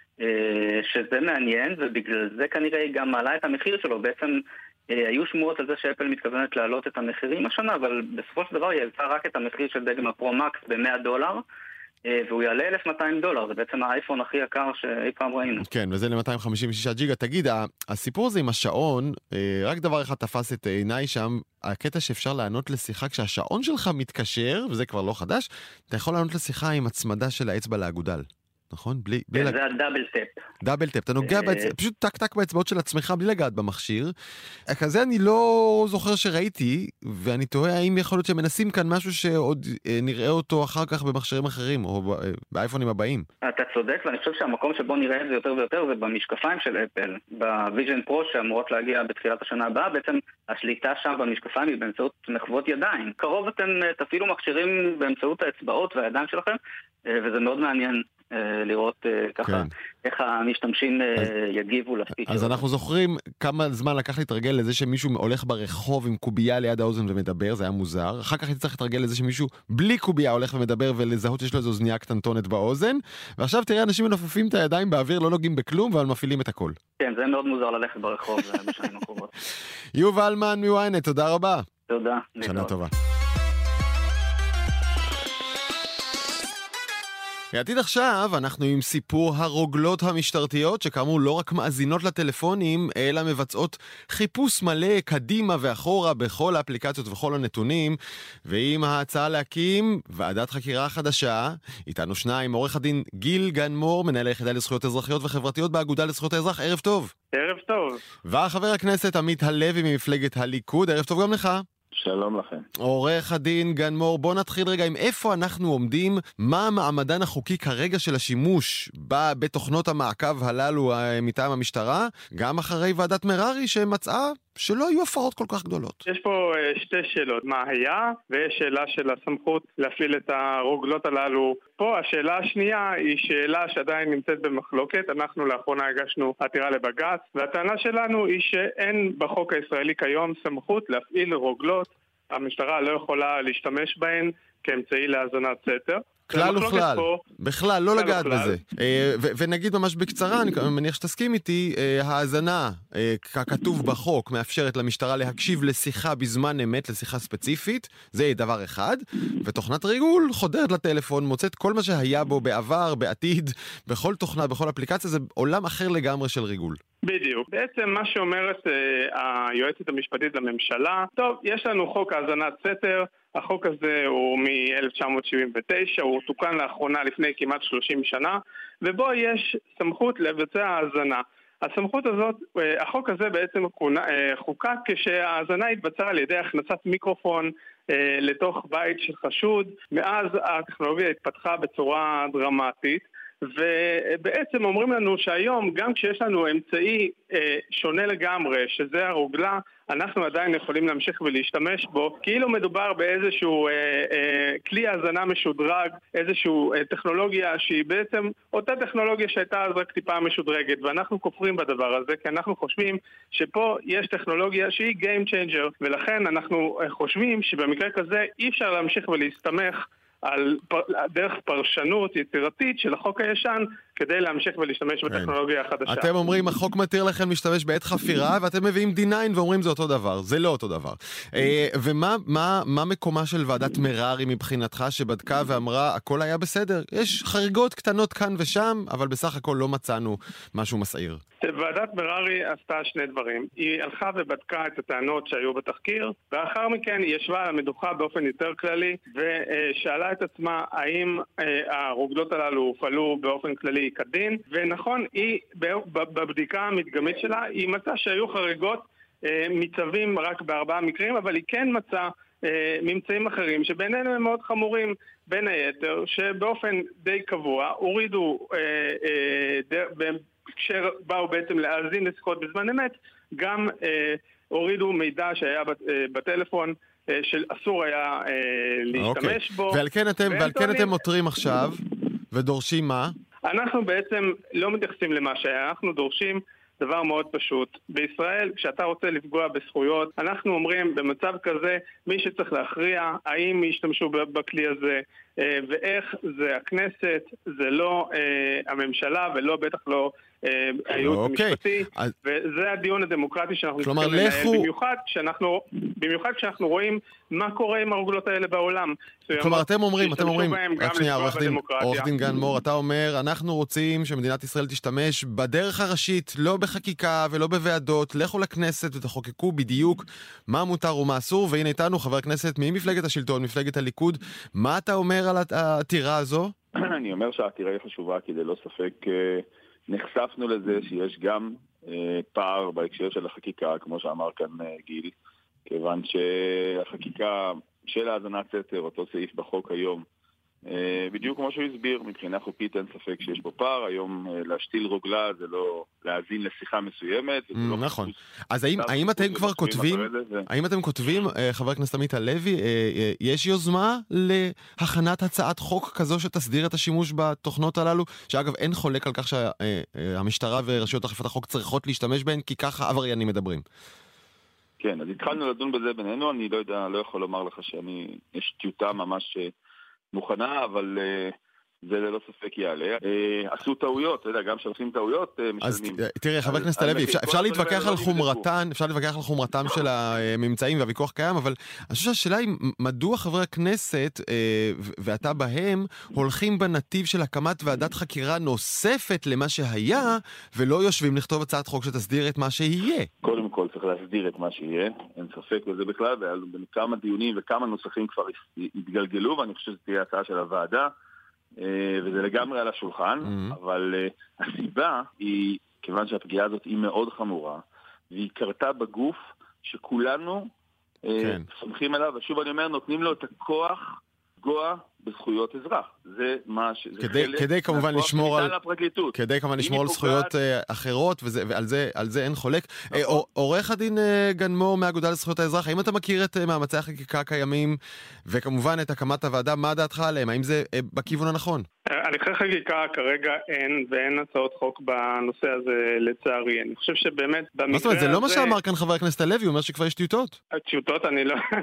שזה מעניין, ובגלל זה כנראה היא גם מעלה את המחיר שלו. בעצם היו שמועות על זה שאפל מתכוונת להעלות את המחירים השנה, אבל בסופו של דבר היא העלתה רק את המחיר של דגם הפרו מקס ב$100, והוא יעלה $1,200. זה בעצם האייפון הכי יקר שאי פעם ראינו. כן, וזה ל-256 ג'יגה. תגיד, הסיפור הזה עם השעון, רק דבר אחד תפס את עיניי שם, הקטע שאפשר לענות לשיחה כשהשעון שלך מתקשר, וזה כבר לא חדש, אתה יכול לענות לשיחה עם הצמדה של האצבע לאגודל. נכון? זה הדאבל טאפ. דאבל טאפ, אתה נוגע פשוט טק טק באצבעות של עצמך בלי לגעת במכשיר. כזה אני לא זוכר שראיתי, ואני תוהה האם יכול להיות שמנסים כאן משהו שעוד נראה אותו אחר כך במכשירים אחרים, או באייפונים הבאים. אתה צודק, ואני חושב שהמקום שבו נראה את זה יותר ויותר זה במשקפיים של אפל, בוויז'ן פרו שאמורות להגיע בתחילת השנה הבאה, בעצם השליטה שם במשקפיים היא באמצעות מחוות ידיים. קרוב אתם תפעילו מכשירים באמצעות האצבעות והידיים שלכם, וזה מאוד מעניין לראות ככה איך המשתמשים יגיבו לפיצ'ר. אז אנחנו זוכרים כמה זמן לקח להתרגל לזה שמישהו הולך ברחוב עם קובייה ליד האוזן ומדבר, זה היה מוזר. אחר כך הייתי צריך להתרגל לזה שמישהו בלי קובייה הולך ומדבר ולזהות שיש לו איזו אוזנייה קטנטונת באוזן. ועכשיו תראה אנשים מנופפים את הידיים באוויר, לא נוגעים בכלום, אבל מפעילים את הכל. כן, זה מאוד מוזר ללכת ברחוב בשנים הקרובות. יובל מן מ-ynet, תודה רבה. תודה. שנה טובה. לעתיד עכשיו אנחנו עם סיפור הרוגלות המשטרתיות שכאמור לא רק מאזינות לטלפונים אלא מבצעות חיפוש מלא קדימה ואחורה בכל האפליקציות וכל הנתונים, ועם ההצעה להקים ועדת חקירה חדשה איתנו שניים, עורך הדין גיל גנמור, מנהל היחידה לזכויות אזרחיות וחברתיות באגודה לזכויות האזרח. ערב טוב. ערב טוב. וחבר הכנסת עמית הלוי ממפלגת הליכוד. ערב טוב גם לך. שלום לכם. עורך הדין גנמור, בוא נתחיל רגע עם איפה אנחנו עומדים, מה המעמדן החוקי כרגע של השימוש בתוכנות המעקב הללו מטעם המשטרה, גם אחרי ועדת מררי שמצאה שלא היו הפרות כל כך גדולות. יש פה שתי שאלות, מה היה, ויש שאלה של הסמכות להפעיל את הרוגלות הללו. פה השאלה השנייה היא שאלה שעדיין נמצאת במחלוקת. אנחנו לאחרונה הגשנו עתירה לבג"ץ, והטענה שלנו היא שאין בחוק הישראלי כיום סמכות להפעיל רוגלות. המשטרה לא יכולה להשתמש בהן כאמצעי להאזנת סתר. כלל וכלל, בכלל, לא לגעת בזה. ונגיד ממש בקצרה, אני מניח שתסכים איתי, האזנה, ככתוב בחוק, מאפשרת למשטרה להקשיב לשיחה בזמן אמת, לשיחה ספציפית, זה דבר אחד, ותוכנת ריגול חודרת לטלפון, מוצאת כל מה שהיה בו בעבר, בעתיד, בכל תוכנה, בכל אפליקציה, זה עולם אחר לגמרי של ריגול. בדיוק. בעצם מה שאומרת היועצת המשפטית לממשלה, טוב, יש לנו חוק האזנת סתר, החוק הזה הוא מ-1979, הוא תוקן לאחרונה לפני כמעט 30 שנה, ובו יש סמכות לבצע האזנה. הסמכות הזאת, החוק הזה בעצם חוקק כשהאזנה התבצעה על ידי הכנסת מיקרופון לתוך בית של חשוד. מאז הטכנולוגיה התפתחה בצורה דרמטית, ובעצם אומרים לנו שהיום גם כשיש לנו אמצעי שונה לגמרי, שזה הרוגלה, אנחנו עדיין יכולים להמשיך ולהשתמש בו, כאילו מדובר באיזשהו כלי האזנה משודרג, איזשהו טכנולוגיה שהיא בעצם אותה טכנולוגיה שהייתה אז רק טיפה משודרגת, ואנחנו כופרים בדבר הזה, כי אנחנו חושבים שפה יש טכנולוגיה שהיא Game Changer, ולכן אנחנו חושבים שבמקרה כזה אי אפשר להמשיך ולהסתמך על דרך פרשנות יצירתית של החוק הישן כדי להמשיך ולהשתמש בטכנולוגיה החדשה. אתם אומרים החוק מתיר לכם להשתמש בעת חפירה ואתם מביאים D9 ואומרים זה אותו דבר, זה לא אותו דבר. ומה מקומה של ועדת מררי מבחינתך שבדקה ואמרה הכל היה בסדר? יש חריגות קטנות כאן ושם, אבל בסך הכל לא מצאנו משהו מסעיר. ועדת מררי עשתה שני דברים. היא הלכה ובדקה את הטענות שהיו בתחקיר, ואחר מכן היא ישבה על המדוכה באופן יותר כללי ושאלה את עצמה האם הרוגלות הללו הופעלו באופן כללי כדין, ונכון, היא בבדיקה המדגמית שלה היא מצאה שהיו חריגות מצווים רק ב4 מקרים, אבל היא כן מצאה ממצאים אחרים שבינינו הם מאוד חמורים, בין היתר שבאופן די קבוע הורידו כשבאו בעצם להאזין לשיחות בזמן אמת, גם הורידו מידע שהיה בטלפון שאסור היה להשתמש בו. ועל כן אתם מותרים עכשיו ודורשים מה? אנחנו בעצם לא מתייחסים למה שהיה, אנחנו דורשים דבר מאוד פשוט. בישראל, כשאתה רוצה לפגוע בזכויות, אנחנו אומרים במצב כזה, מי שצריך להכריע האם ישתמשו בכלי הזה ואיך, זה הכנסת, זה לא הממשלה ולא בטח לא הייעוץ המשפטי, וזה הדיון הדמוקרטי שאנחנו צריכים לנהל, במיוחד כשאנחנו רואים מה קורה עם הרוגלות האלה בעולם. כלומר, אתם אומרים, רק שנייה, עורך דין גנמור, אתה אומר, אנחנו רוצים שמדינת ישראל תשתמש בדרך הראשית, לא בחקיקה ולא בוועדות, לכו לכנסת ותחוקקו בדיוק מה מותר ומה אסור, והנה איתנו חבר הכנסת ממפלגת השלטון, מפלגת הליכוד, מה אתה אומר על העתירה הזו? אני אומר שהעתירה היא חשובה, כי ללא ספק נחשפנו לזה שיש גם פער בהקשר של החקיקה, כמו שאמר כאן גיל, כיוון שהחקיקה של האזנת סתר, אותו סעיף בחוק היום, בדיוק כמו שהוא הסביר, מבחינה חוקית אין ספק שיש פה פער. היום להשתיל רוגלה זה לא להאזין לשיחה מסוימת. נכון. אז האם אתם כבר כותבים, האם אתם כותבים, חבר הכנסת עמית הלוי, יש יוזמה להכנת הצעת חוק כזו שתסדיר את השימוש בתוכנות הללו, שאגב אין חולק על כך שהמשטרה ורשויות אכיפת החוק צריכות להשתמש בהן, כי ככה עבריינים מדברים. כן, אז התחלנו לדון בזה בינינו, אני לא יודע, לא יכול לומר לך יש טיוטה ממש מוכנה, אבל זה ללא ספק יעלה. עשו טעויות, אתה יודע, גם שעושים טעויות משלמים. אז תראה, חבר הכנסת הלוי, אפשר להתווכח על חומרתם של הממצאים והוויכוח קיים, אבל אני חושב שהשאלה היא, מדוע חברי הכנסת, ואתה בהם, הולכים בנתיב של הקמת ועדת חקירה נוספת למה שהיה, ולא יושבים לכתוב הצעת חוק שתסדיר את מה שיהיה? קודם כל צריך להסדיר את מה שיהיה, אין ספק בזה בכלל, והיו כמה דיונים וכמה נוסחים כבר התגלגלו, ואני חושב שתהיה הצעה של הוועדה, וזה לגמרי על השולחן, אבל הסיבה היא, כיוון שהפגיעה הזאת היא מאוד חמורה, והיא קרתה בגוף שכולנו סומכים עליו, ושוב אני אומר, נותנים לו את הכוח גוע בזכויות אזרח. זה מה ש... כדי כמובן לשמור על זכויות אחרות, ועל זה אין חולק. עורך הדין גן מור מהאגודה לזכויות האזרח, האם אתה מכיר את מאמצי החקיקה הקיימים, וכמובן את הקמת הוועדה, מה דעתך עליהם? האם זה בכיוון הנכון? הליכי חקיקה כרגע אין, ואין הצעות חוק בנושא הזה לצערי. אני חושב שבאמת במקרה מה זאת אומרת, זה לא מה שאמר כאן חבר הכנסת הלוי, הוא אומר שכבר יש טיוטות. טיוטות אני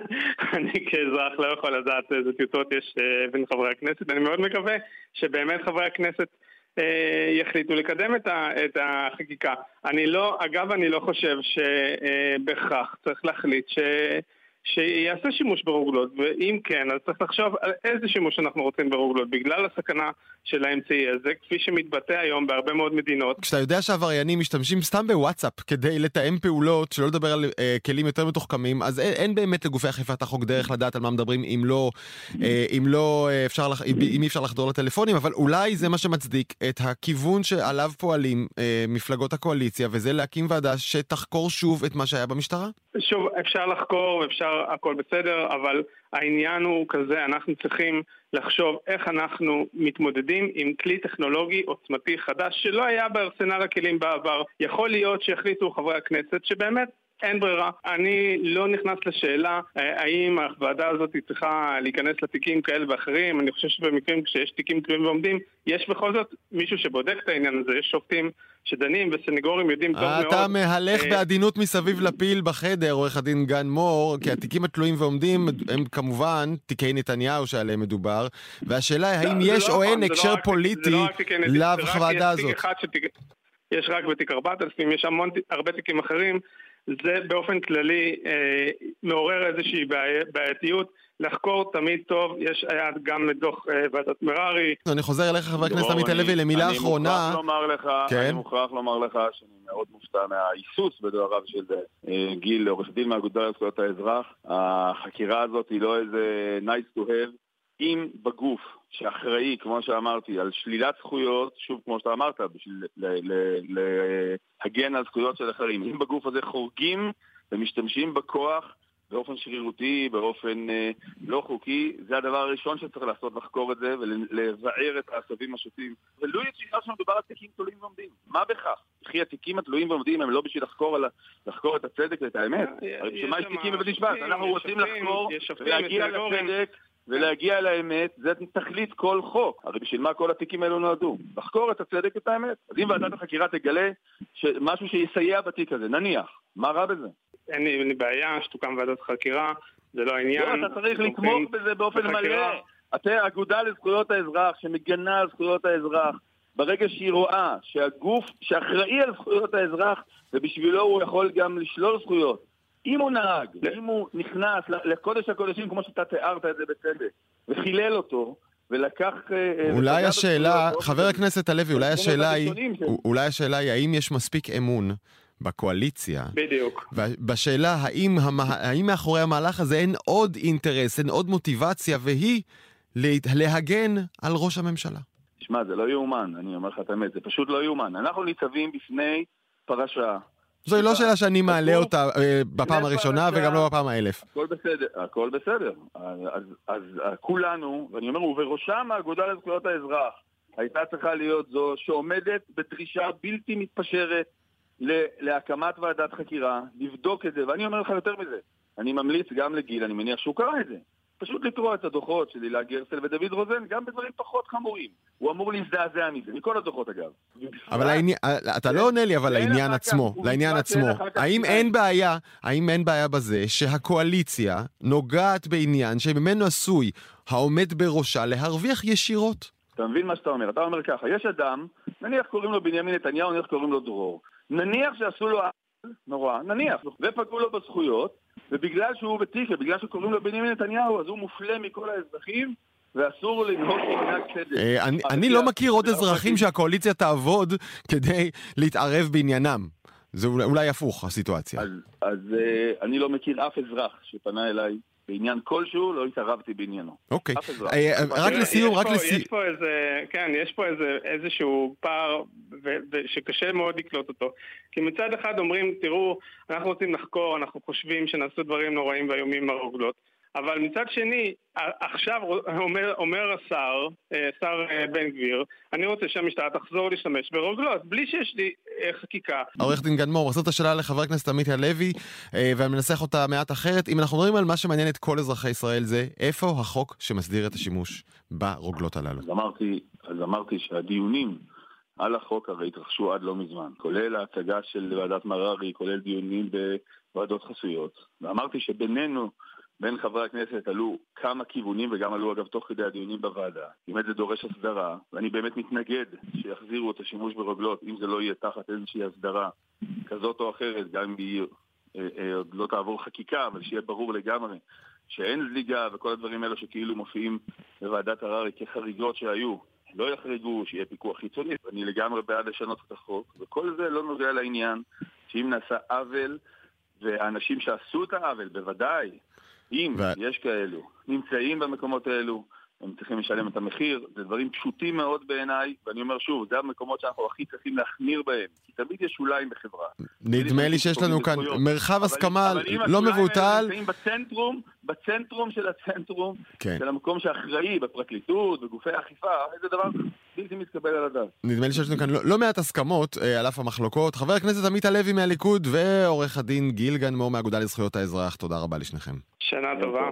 כאזרח לא יכול לדעת איזה טיוטות יש בין חברי הכנסת. אני מאוד מקווה שבאמת חברי הכנסת יחליטו לקדם את החקיקה. אני לא חושב שבכך צריך להחליט שיעשה שימוש ברוגלות, ואם כן, אז צריך לחשוב על איזה שימוש אנחנו רוצים ברוגלות, בגלל הסכנה של האמצעי הזה, כפי שמתבטא היום בהרבה מאוד מדינות. כשאתה יודע שהעבריינים משתמשים סתם בוואטסאפ כדי לתאם פעולות, שלא לדבר על כלים יותר מתוחכמים, אז אין באמת לגופי אכיפת החוק דרך לדעת על מה מדברים, אם אי אפשר לחדור לטלפונים, אבל אולי זה מה שמצדיק את הכיוון שעליו פועלים מפלגות הקואליציה, וזה להקים ועדה שתחקור שוב את מה שהיה במשטרה? שוב, אפשר לחקור, הכל בסדר, אבל העניין הוא כזה, אנחנו צריכים לחשוב איך אנחנו מתמודדים עם כלי טכנולוגי עוצמתי חדש שלא היה בארסנל הכלים בעבר. יכול להיות שהחליטו חברי הכנסת שבאמת אין ברירה. אני לא נכנס לשאלה האם הוועדה הזאת צריכה להיכנס לתיקים כאלה ואחרים. אני חושב שבמקרים כשיש תיקים תלויים ועומדים, יש בכל זאת מישהו שבודק את העניין הזה. יש שופטים שדנים וסניגורים יודעים טוב מאוד. אתה מהלך בעדינות מסביב לפיל בחדר, עורך הדין גן מור, כי התיקים התלויים ועומדים הם כמובן תיקי נתניהו שעליהם מדובר, והשאלה היא האם יש או אין הקשר פוליטי לוועדה הזאת. יש רק בתיק 4000, יש הרבה תיקים אחרים. זה באופן כללי מעורר איזושהי בעייתיות. לחקור תמיד טוב, יש גם דוח ועדת מררי. אני חוזר אליך חבר הכנסת עמית הלוי למילה אחרונה. אני מוכרח לומר לך שאני מאוד מופתע מהאיסוס בדבריו של גיל, עורך דין מהאגודה לזכויות האזרח. החקירה הזאת היא לא איזה nice to have. אם בגוף שאחראי, כמו שאמרתי, על שלילת זכויות, שוב כמו שאתה אמרת, בשביל להגן על זכויות של אחרים, אם בגוף הזה חורגים ומשתמשים בכוח באופן שרירותי, באופן לא חוקי, זה הדבר הראשון שצריך לעשות, לחקור את זה ולבער את העשבים השוטים. ולא יצא שמדובר על תיקים תלויים ועומדים. מה בכך? וכי התיקים התלויים ועומדים הם לא בשביל לחקור את הצדק ואת האמת. הרי בשביל מה יש תיקים בבית משפט? אנחנו רוצים לחקור ולהגיע לצדק ולהגיע לאמת, זה תכלית כל חוק. הרי בשביל מה כל התיקים האלו נועדו? לחקור את הצדק ואת האמת. אז אם ועדת החקירה תגלה משהו שיסייע בתיק הזה, נניח, מה רע בזה? אין לי בעיה שתוקם ועדת חקירה, זה לא העניין. לא, אתה צריך לתמוך בזה באופן מלא. אתה אגודה לזכויות האזרח, שמגנה על זכויות האזרח, ברגע שהיא רואה שהגוף שאחראי על זכויות האזרח, ובשבילו הוא יכול גם לשלול זכויות. אם הוא נהג, אם הוא נכנס לקודש הקודשים, כמו שאתה תיארת את זה בצדק, וחילל אותו, ולקח... אולי השאלה, חבר הכנסת הלוי, אולי השאלה היא, האם יש מספיק אמון בקואליציה? בדיוק. בשאלה, האם מאחורי המהלך הזה אין עוד אינטרס, אין עוד מוטיבציה, והיא להגן על ראש הממשלה? תשמע, זה לא יאומן, אני אומר לך את האמת, זה פשוט לא יאומן. אנחנו ניצבים בפני פרשה. זוהי לא שאלה שאני מעלה אותה בפעם הראשונה וגם לא בפעם ה-1000. הכל בסדר. אז כולנו, ואני אומר, ובראשם האגודה לזכויות האזרח, הייתה צריכה להיות זו שעומדת בדרישה בלתי מתפשרת להקמת ועדת חקירה, לבדוק את זה, ואני אומר לך יותר מזה, אני ממליץ גם לגיל, אני מניח שהוא קרא את זה, פשוט לקרוא את הדוחות של הילה גרסטל ודוד רוזן, גם בדברים פחות חמורים. הוא אמור להזדעזע מזה, מכל הדוחות אגב. אבל אתה לא עונה לי, אבל לעניין עצמו, האם אין בעיה בזה שהקואליציה נוגעת בעניין שממנו עשוי העומד בראשה להרוויח ישירות? אתה מבין מה שאתה אומר? אתה אומר ככה, יש אדם, נניח קוראים לו בנימין נתניהו, נניח קוראים לו דרור. נניח שעשו לו נורא, נניח, ופגעו לו בזכויות, ובגלל שהוא ותיק, ובגלל שקוראים לו בנימין נתניהו, אז הוא מופלה מכל האזרחים, ואסור לנהוג מנהג צדק. אני לא מכיר עוד אזרחים שהקואליציה תעבוד כדי להתערב בעניינם. זה אולי הפוך, הסיטואציה. אז אני לא מכיר אף אזרח שפנה אליי בעניין כלשהו, לא התערבתי בעניינו. אוקיי. רק לסיום, יש פה איזשהו פער שקשה מאוד לקלוט אותו. כי מצד אחד אומרים, תראו, אנחנו רוצים לחקור, אנחנו חושבים שנעשו דברים נוראים ואיומים ברוגלות. אבל מצד שני, עכשיו אומר שר בן גביר, אני רוצה שהמשטרה תחזור להשתמש ברוגלות, בלי שיש לי חקיקה. עורך דין גן מור, עשית השאלה לחבר הכנסת עמית הלוי, ואני מנסח אותה מעט אחרת. אם אנחנו מדברים על מה שמעניין את כל אזרחי ישראל זה, איפה החוק שמסדיר את השימוש ברוגלות הללו? אז אמרתי שהדיונים על החוק הרי התרחשו עד לא מזמן, כולל ההצגה של ועדת מררי, כולל דיונים בוועדות חסויות. ואמרתי שבינינו, בין חברי הכנסת עלו כמה כיוונים, וגם עלו אגב תוך כדי הדיונים בוועדה. באמת זה דורש הסדרה, ואני באמת מתנגד שיחזירו את השימוש ברוגלות, אם זה לא יהיה תחת איזושהי הסדרה כזאת או אחרת, גם אם היא עוד לא תעבור חקיקה, אבל שיהיה ברור לגמרי שאין זליגה וכל הדברים האלה שכאילו מופיעים בוועדת הררי כחריגות שהיו, לא יחריגו, שיהיה פיקוח חיצוני. אני לגמרי בעד לשנות את החוק, וכל זה לא נוגע לעניין שאם נעשה עוול, והאנשים שעשו את העוול, בוודאי, אם יש כאלו, נמצאים במקומות האלו, הם צריכים לשלם את המחיר, זה דברים פשוטים מאוד בעיניי, ואני אומר שוב, זה המקומות שאנחנו הכי צריכים להחמיר בהם, כי תמיד יש שוליים בחברה. נדמה לי שיש לנו כאן מרחב הסכמה לא מבוטל. אבל אם בצנטרום של הצנטרום, של המקום שאחראי בפרקליטות, בגופי האכיפה, איזה דבר בלתי מתקבל על הדעת. נדמה לי שיש לנו כאן לא מעט הסכמות על אף המחלוקות. חבר הכנסת עמית הלוי מהליכוד ועורך הדין גיל גן מור מהאגודה לזכויות האזרח, תודה רבה לשניכם. שנה טובה.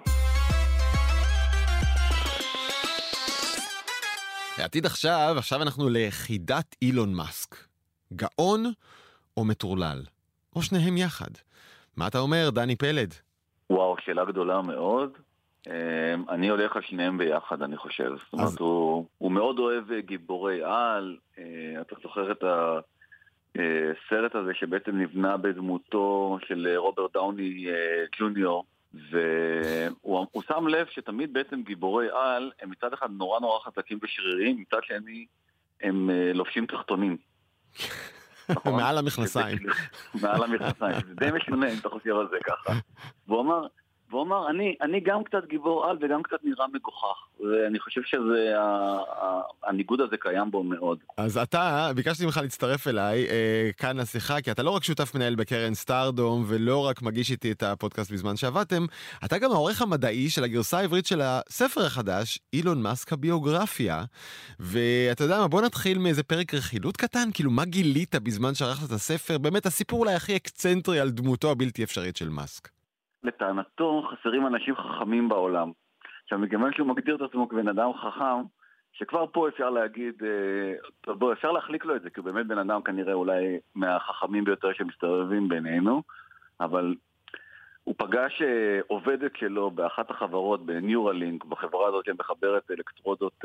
העתיד עכשיו אנחנו ליחידת אילון מאסק. גאון או מטורלל? או שניהם יחד? מה אתה אומר, דני פלד? וואו, שאלה גדולה מאוד. אני הולך על שניהם ביחד, אני חושב. זאת אומרת, הוא מאוד אוהב גיבורי על. אתה זוכר את הסרט הזה שבעצם נבנה בדמותו של רוברט דאוני ג'וניור, והוא שם לב שתמיד בעצם גיבורי על הם מצד אחד נורא נורא חזקים ושרירים, מצד שני הם לובשים תחתונים. מעל המכנסיים. מעל המכנסיים, זה די משונה אם אתה חושב על זה ככה. והוא אמר, אני גם קצת גיבור על וגם קצת נראה מגוחך, ואני חושב שהניגוד הזה קיים בו מאוד. אז ביקשתי ממך להצטרף אליי כאן לשיחה, כי אתה לא רק שותף מנהל בקרן סטארדום, ולא רק מגיש איתי את הפודקאסט בזמן שעבדתם, אתה גם העורך המדעי של הגרסה העברית של הספר החדש, אילון מאסק הביוגרפיה, ואתה יודע מה, בוא נתחיל מאיזה פרק רכילות קטן, כאילו מה גילית בזמן שערכת את הספר, באמת הסיפור אולי הכי אקצנטרי על דמותו הבלתי אפשרית של מאסק. לטענתו חסרים אנשים חכמים בעולם. עכשיו, מכיוון שהוא מגדיר את עצמו כבן אדם חכם, שכבר פה אפשר להגיד, אפשר להחליק לו את זה, כי הוא באמת בן אדם כנראה אולי מהחכמים ביותר שמסתובבים בינינו, אבל הוא פגש עובדת שלו באחת החברות, בניורלינק, בחברה הזאת שמחברת אלקטרודות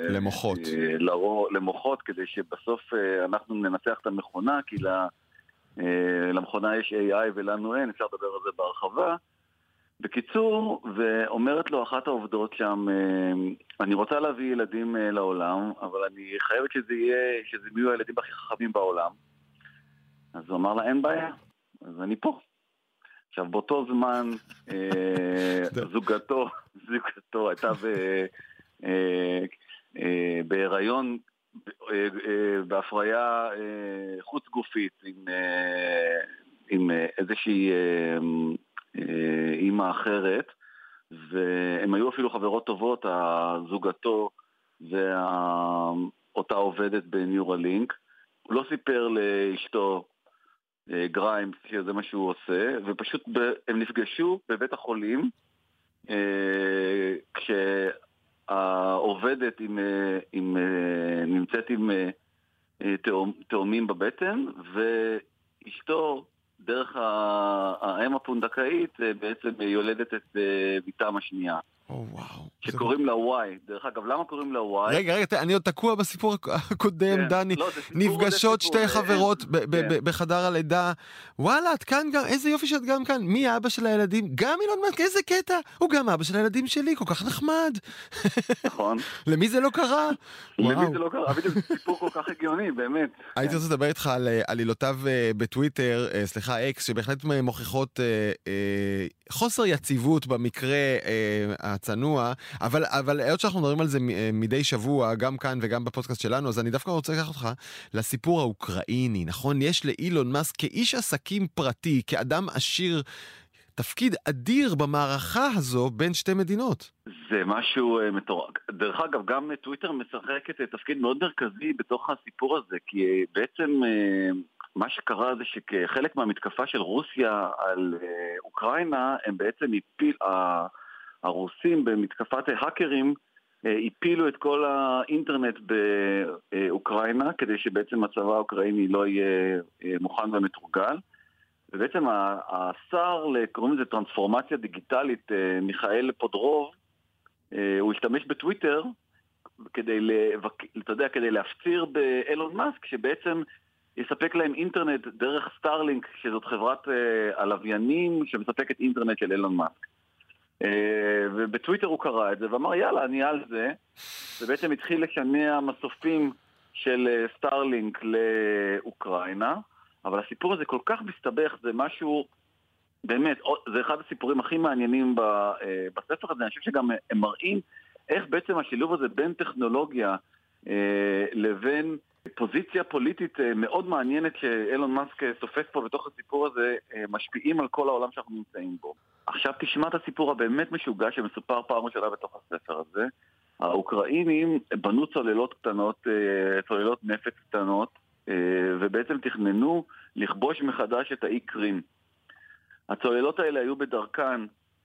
למוחות, כדי שבסוף אנחנו ננצח את המכונה, כי למכונה יש AI ולנו אין, אפשר לדבר על זה בהרחבה. בקיצור, ואומרת לו אחת העובדות שם, אני רוצה להביא ילדים לעולם, אבל אני חייבת שזה יהיו הילדים הכי חכמים בעולם. אז הוא אמר לה, אין בעיה, אז אני פה. עכשיו, באותו זמן, זוגתו הייתה בהיריון בהפריה חוץ גופית עם איזושהי אימא אחרת, והם היו אפילו חברות טובות, הזוגתו ואותה עובדת בניורלינק. הוא לא סיפר לאשתו גריימס שזה מה שהוא עושה, ופשוט הם נפגשו בבית החולים כשהעובדת נמצאת עם תאומים בבטן, ואשתו דרך האם הפונדקאית בעצם יולדת את ביתם השנייה. שקוראים לה וואי. דרך אגב, למה קוראים לה וואי? רגע, אני עוד תקוע בסיפור הקודם, דני. נפגשות שתי חברות בחדר הלידה. וואלה, את כאן גם, איזה יופי שאת גם כאן. מי אבא של הילדים? גם אילון מאסק, איזה קטע. הוא גם אבא של הילדים שלי, כל כך נחמד. נכון. למי זה לא קרה? למי זה לא קרה? אבל זה סיפור כל כך הגיוני, באמת. הייתי רוצה לדבר איתך על עלילותיו בטוויטר, סליחה, אקס, שבהחלט מוכיחות חוסר יציבות במקרה הצנוע, אבל עוד שאנחנו מדברים על זה מדי שבוע, גם כאן וגם בפודקאסט שלנו, אז אני דווקא רוצה לקחת אותך לסיפור האוקראיני, נכון? יש לאילון מאסק כאיש עסקים פרטי, כאדם עשיר, תפקיד אדיר במערכה הזו בין שתי מדינות. זה משהו מטורף. דרך אגב, גם טוויטר משחקת תפקיד מאוד מרכזי בתוך הסיפור הזה, כי בעצם מה שקרה זה שכחלק מהמתקפה של רוסיה על אוקראינה, הם בעצם הרוסים במתקפת ההאקרים הפילו את כל האינטרנט באוקראינה, כדי שבעצם הצבא האוקראיני לא יהיה מוכן ומתורגל. ובעצם השר, קוראים לזה טרנספורמציה דיגיטלית, מיכאל פודרוב, הוא השתמש בטוויטר כדי להפציר באילון מאסק, שבעצם יספק להם אינטרנט דרך סטארלינק, שזאת חברת הלוויינים שמספקת אינטרנט של אילון מאסק. ובטוויטר הוא קרא את זה ואמר יאללה, אני על זה, ובעצם התחיל לשנע מסופים של סטארלינק לאוקראינה. אבל הסיפור הזה כל כך מסתבך, זה משהו, באמת, זה אחד הסיפורים הכי מעניינים בספר הזה. אני חושב שגם הם מראים איך בעצם השילוב הזה בין טכנולוגיה לבין פוזיציה פוליטית מאוד מעניינת שאילון מאסק תופס פה בתוך הסיפור הזה, משפיעים על כל העולם שאנחנו נמצאים בו. עכשיו תשמע את הסיפור הבאמת משוגע שמסופר פעם ראשונה בתוך הספר הזה. האוקראינים בנו צוללות קטנות, צוללות נפץ קטנות, ובעצם תכננו לכבוש מחדש את האי קרים. הצוללות האלה היו בדרכן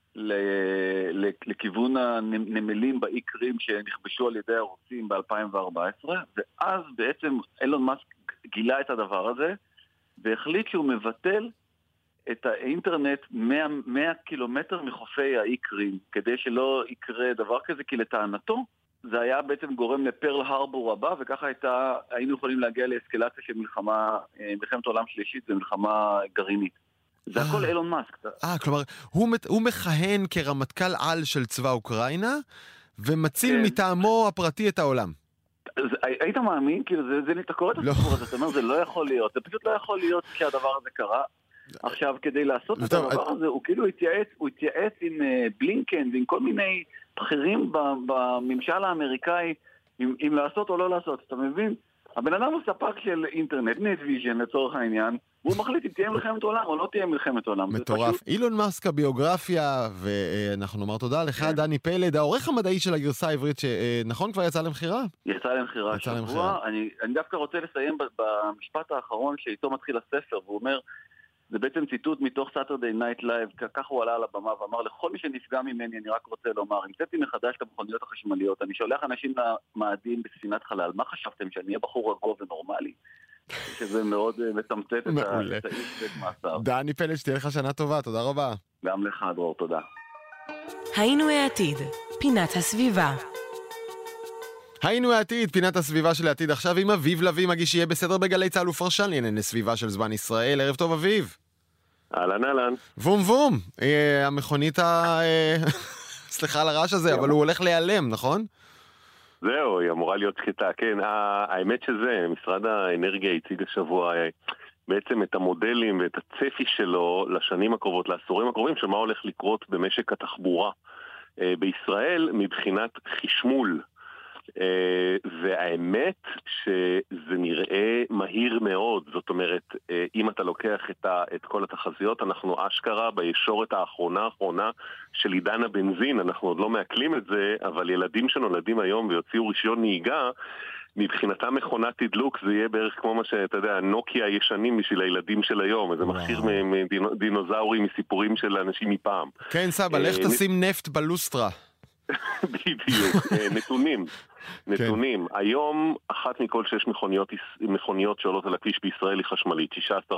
לכיוון הנמלים באי קרים שנכבשו על ידי הרוסים ב-2014, ואז בעצם אילון מאסק גילה את הדבר הזה, והחליט שהוא מבטל את האינטרנט 100 קילומטר מחופי האי קרים, כדי שלא יקרה דבר כזה, כי לטענתו זה היה בעצם גורם לפרל הרבור הבא, וככה היינו יכולים להגיע לאסקלציה של מלחמת העולם שלישית, זה מלחמה גרעינית. זה הכל אילון מאסק. כלומר, הוא מכהן כרמטכ"ל על של צבא אוקראינה, ומציל מטעמו הפרטי את העולם. היית מאמין? כאילו, אתה קורא את הסיפור הזה, אתה אומר, זה לא יכול להיות, זה פשוט לא יכול להיות שהדבר הזה קרה. עכשיו, כדי לעשות את הדבר הזה, הוא כאילו התייעץ עם בלינקן ועם כל מיני בכירים בממשל האמריקאי, אם לעשות או לא לעשות, אתה מבין? הבן אדם הוא ספק של אינטרנט, נטוויז'ן לצורך העניין, והוא מחליט אם תהיה מלחמת עולם או לא תהיה מלחמת עולם. מטורף. אילון מאסק הביוגרפיה, ואנחנו נאמר תודה לך, דני פלד, העורך המדעי של הגרסה העברית, שנכון כבר יצא למחירה? יצא למחירה שבוע. אני דווקא רוצה לסיים במשפט האחרון שאיתו מתחיל הספר, והוא אומר, זה בעצם ציטוט מתוך Saturday Night Live, כך הוא עלה על הבמה ואמר, לכל מי שנפגע ממני, אני רק רוצה לומר, המצאתי מחדש את המכוניות החשמליות, אני שולח אנשים למאדים בספינת חלל, מה חשבתם, שאני אהיה בחור רגוע ונורמלי? שזה מאוד מתמצת את האיש ואת מעשיו. דני פלד, שתהיה לך שנה טובה, תודה רבה. גם לך, דרור, תודה. היינו העתיד, פינת הסביבה. היינו העתיד, פינת הסביבה של העתיד עכשיו עם אביב לוי, מגיש יהיה בסדר בגלי צהל ופרשן לענייני סביבה של זמן ישראל. ערב טוב אביב. אהלן אהלן. וום וום, המכונית סליחה על הרעש הזה, אבל הוא הולך להיעלם, נכון? זהו, היא אמורה להיות שקטה, כן. האמת שזה, משרד האנרגיה הציג השבוע בעצם את המודלים ואת הצפי שלו לשנים הקרובות, לעשורים הקרובים, של מה הולך לקרות במשק התחבורה בישראל מבחינת חשמול. והאמת שזה נראה מהיר מאוד, זאת אומרת, אם אתה לוקח את כל התחזיות, אנחנו אשכרה בישורת האחרונה של עידן הבנזין, אנחנו עוד לא מעכלים את זה, אבל ילדים שנולדים היום ויוציאו רישיון נהיגה, מבחינתם מכונת תדלוק זה יהיה בערך כמו מה שאתה יודע, נוקיה הישנים בשביל הילדים של היום, איזה מכשיר מדינוזאורים מסיפורים של אנשים מפעם. כן סבא, לך תשים נפט בלוסטרה. בדיוק, נתונים. היום, אחת מכל 6 מכוניות שעולות על הכביש בישראל היא חשמלית, 16%.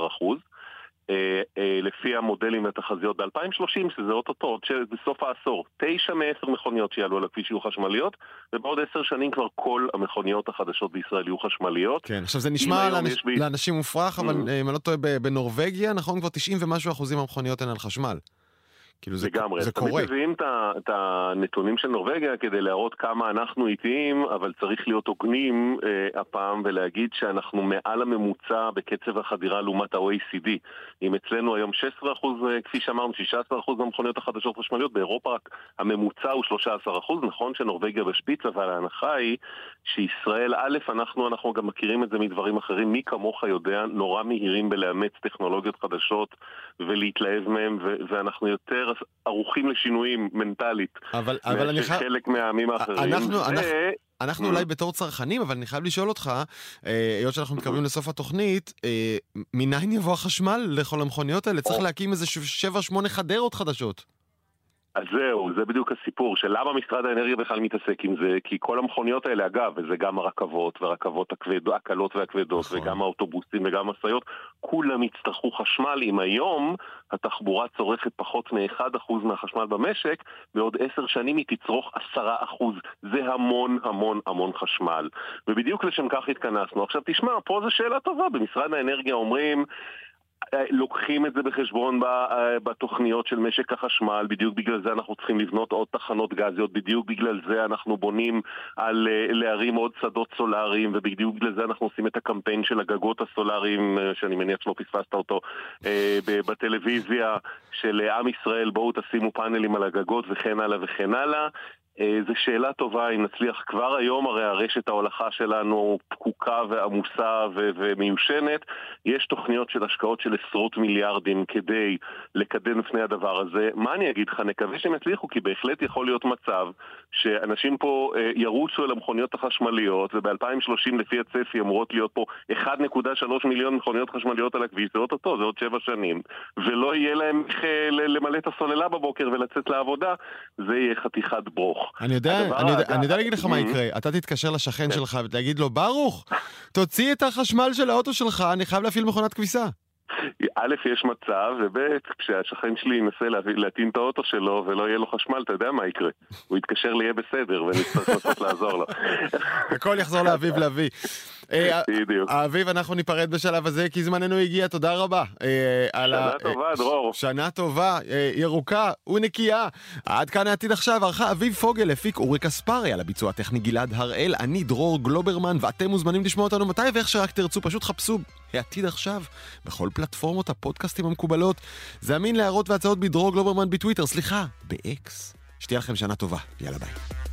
לפי המודלים והתחזיות ב-2030, שזה אוטוטו, בסוף העשור, 9 מ-10 מכוניות שיעלו על הכביש יהיו חשמליות, ובעוד 10 שנים כבר כל המכוניות החדשות בישראל יהיו חשמליות. כן, עכשיו זה נשמע לאנשים מופרך, אבל אם אני לא טועה, בנורווגיה, נכון, כבר 90 ומשהו אחוזים המכוניות הן על חשמל. זה קורה. תמיד מביאים את הנתונים של נורווגיה כדי להראות כמה אנחנו איטיים, אבל צריך להיות הוגנים הפעם ולהגיד שאנחנו מעל הממוצע בקצב החדירה לעומת ה-OECD. אם אצלנו היום 16%, כפי שאמרנו, 16% במכוניות החדשות חשמליות, באירופה רק הממוצע הוא 13%. נכון שנורווגיה בשפיץ, אבל ההנחה היא שישראל, אנחנו גם מכירים את זה מדברים אחרים, מי כמוך יודע, נורא מהירים בלאמץ טכנולוגיות חדשות ולהתלהב מהם, ואנחנו יותר ערוכים לשינויים מנטלית. אבל אני חייב... חלק מהעמים האחרים. אנחנו אולי בתור צרכנים, אבל אני חייב לשאול אותך, היות שאנחנו מתקרבים לסוף התוכנית, מניין יבוא החשמל לכל המכוניות האלה? צריך להקים איזה 7-8 חדרות חדשות. אז זהו, זה בדיוק הסיפור של למה משרד האנרגיה בכלל מתעסק עם זה, כי כל המכוניות האלה, אגב, וזה גם הרכבות, והרכבות הקלות והכבדות, וגם האוטובוסים וגם הסיות, כולם יצטרכו חשמל. אם היום התחבורה צורכת פחות מ1% מהחשמל במשק, בעוד 10 שנים היא תצרוך 10%. זה המון המון המון חשמל. ובדיוק לשם כך התכנסנו. עכשיו תשמע, פה זו שאלה טובה. במשרד האנרגיה אומרים, לוקחים את זה בחשבון בתוכניות של משק החשמל, בדיוק בגלל זה אנחנו צריכים לבנות עוד תחנות גזיות, בדיוק בגלל זה אנחנו בונים על להרים עוד שדות סולאריים, ובדיוק בגלל זה אנחנו עושים את הקמפיין של הגגות הסולאריים, שאני מניח שלא פספסת אותו, בטלוויזיה של עם ישראל, בואו תשימו פאנלים על הגגות וכן הלאה וכן הלאה. זו שאלה טובה, אם נצליח כבר היום, הרי הרשת ההולכה שלנו פקוקה ועמוסה ומיושנת, יש תוכניות של השקעות של עשרות מיליארדים כדי לקדם לפני הדבר הזה. מה אני אגיד לך? נקווה שהם יצליחו, כי בהחלט יכול להיות מצב שאנשים פה ירוצו אל המכוניות החשמליות, וב-2030 לפי הצפי אמורות להיות פה 1.3 מיליון מכוניות חשמליות על הכביש, זה אותו, זה עוד 7 שנים, ולא יהיה להם למלא את הסוללה בבוקר ולצאת לעבודה, זה יהיה חתיכת ברוך. אני יודע להגיד לך מה יקרה. אתה תתקשר לשכן שלך ותגיד לו, ברוך, תוציא את החשמל של האוטו שלך, אני חייב להפעיל מכונת כביסה. א', יש מצב, וב', כשהשכן שלי ינסה להטעין את האוטו שלו ולא יהיה לו חשמל, אתה יודע מה יקרה? הוא יתקשר לי, יהיה בסדר, ונצטרך לנסות לעזור לו. הכל יחזור לאביב להביא. אביב, אנחנו ניפרד בשלב הזה, כי זמננו הגיע, תודה רבה. שנה טובה, דרור. שנה טובה, ירוקה ונקייה. עד כאן העתיד עכשיו, ערכה אביב פוגל, הפיק אורי קספרי, על הביצוע הטכני גלעד הראל, אני דרור גלוברמן, ואתם מוזמנים לשמוע אותנו מתי ואיך שרק תרצו, פשוט חפשו העתיד עכשיו, בכל פלטפורמות הפודקאסטים המקובלות. זמין להערות והצעות בדרור גלוברמן בטוויטר, ב-X. שתהיה לכם שנה טובה, יאללה ביי.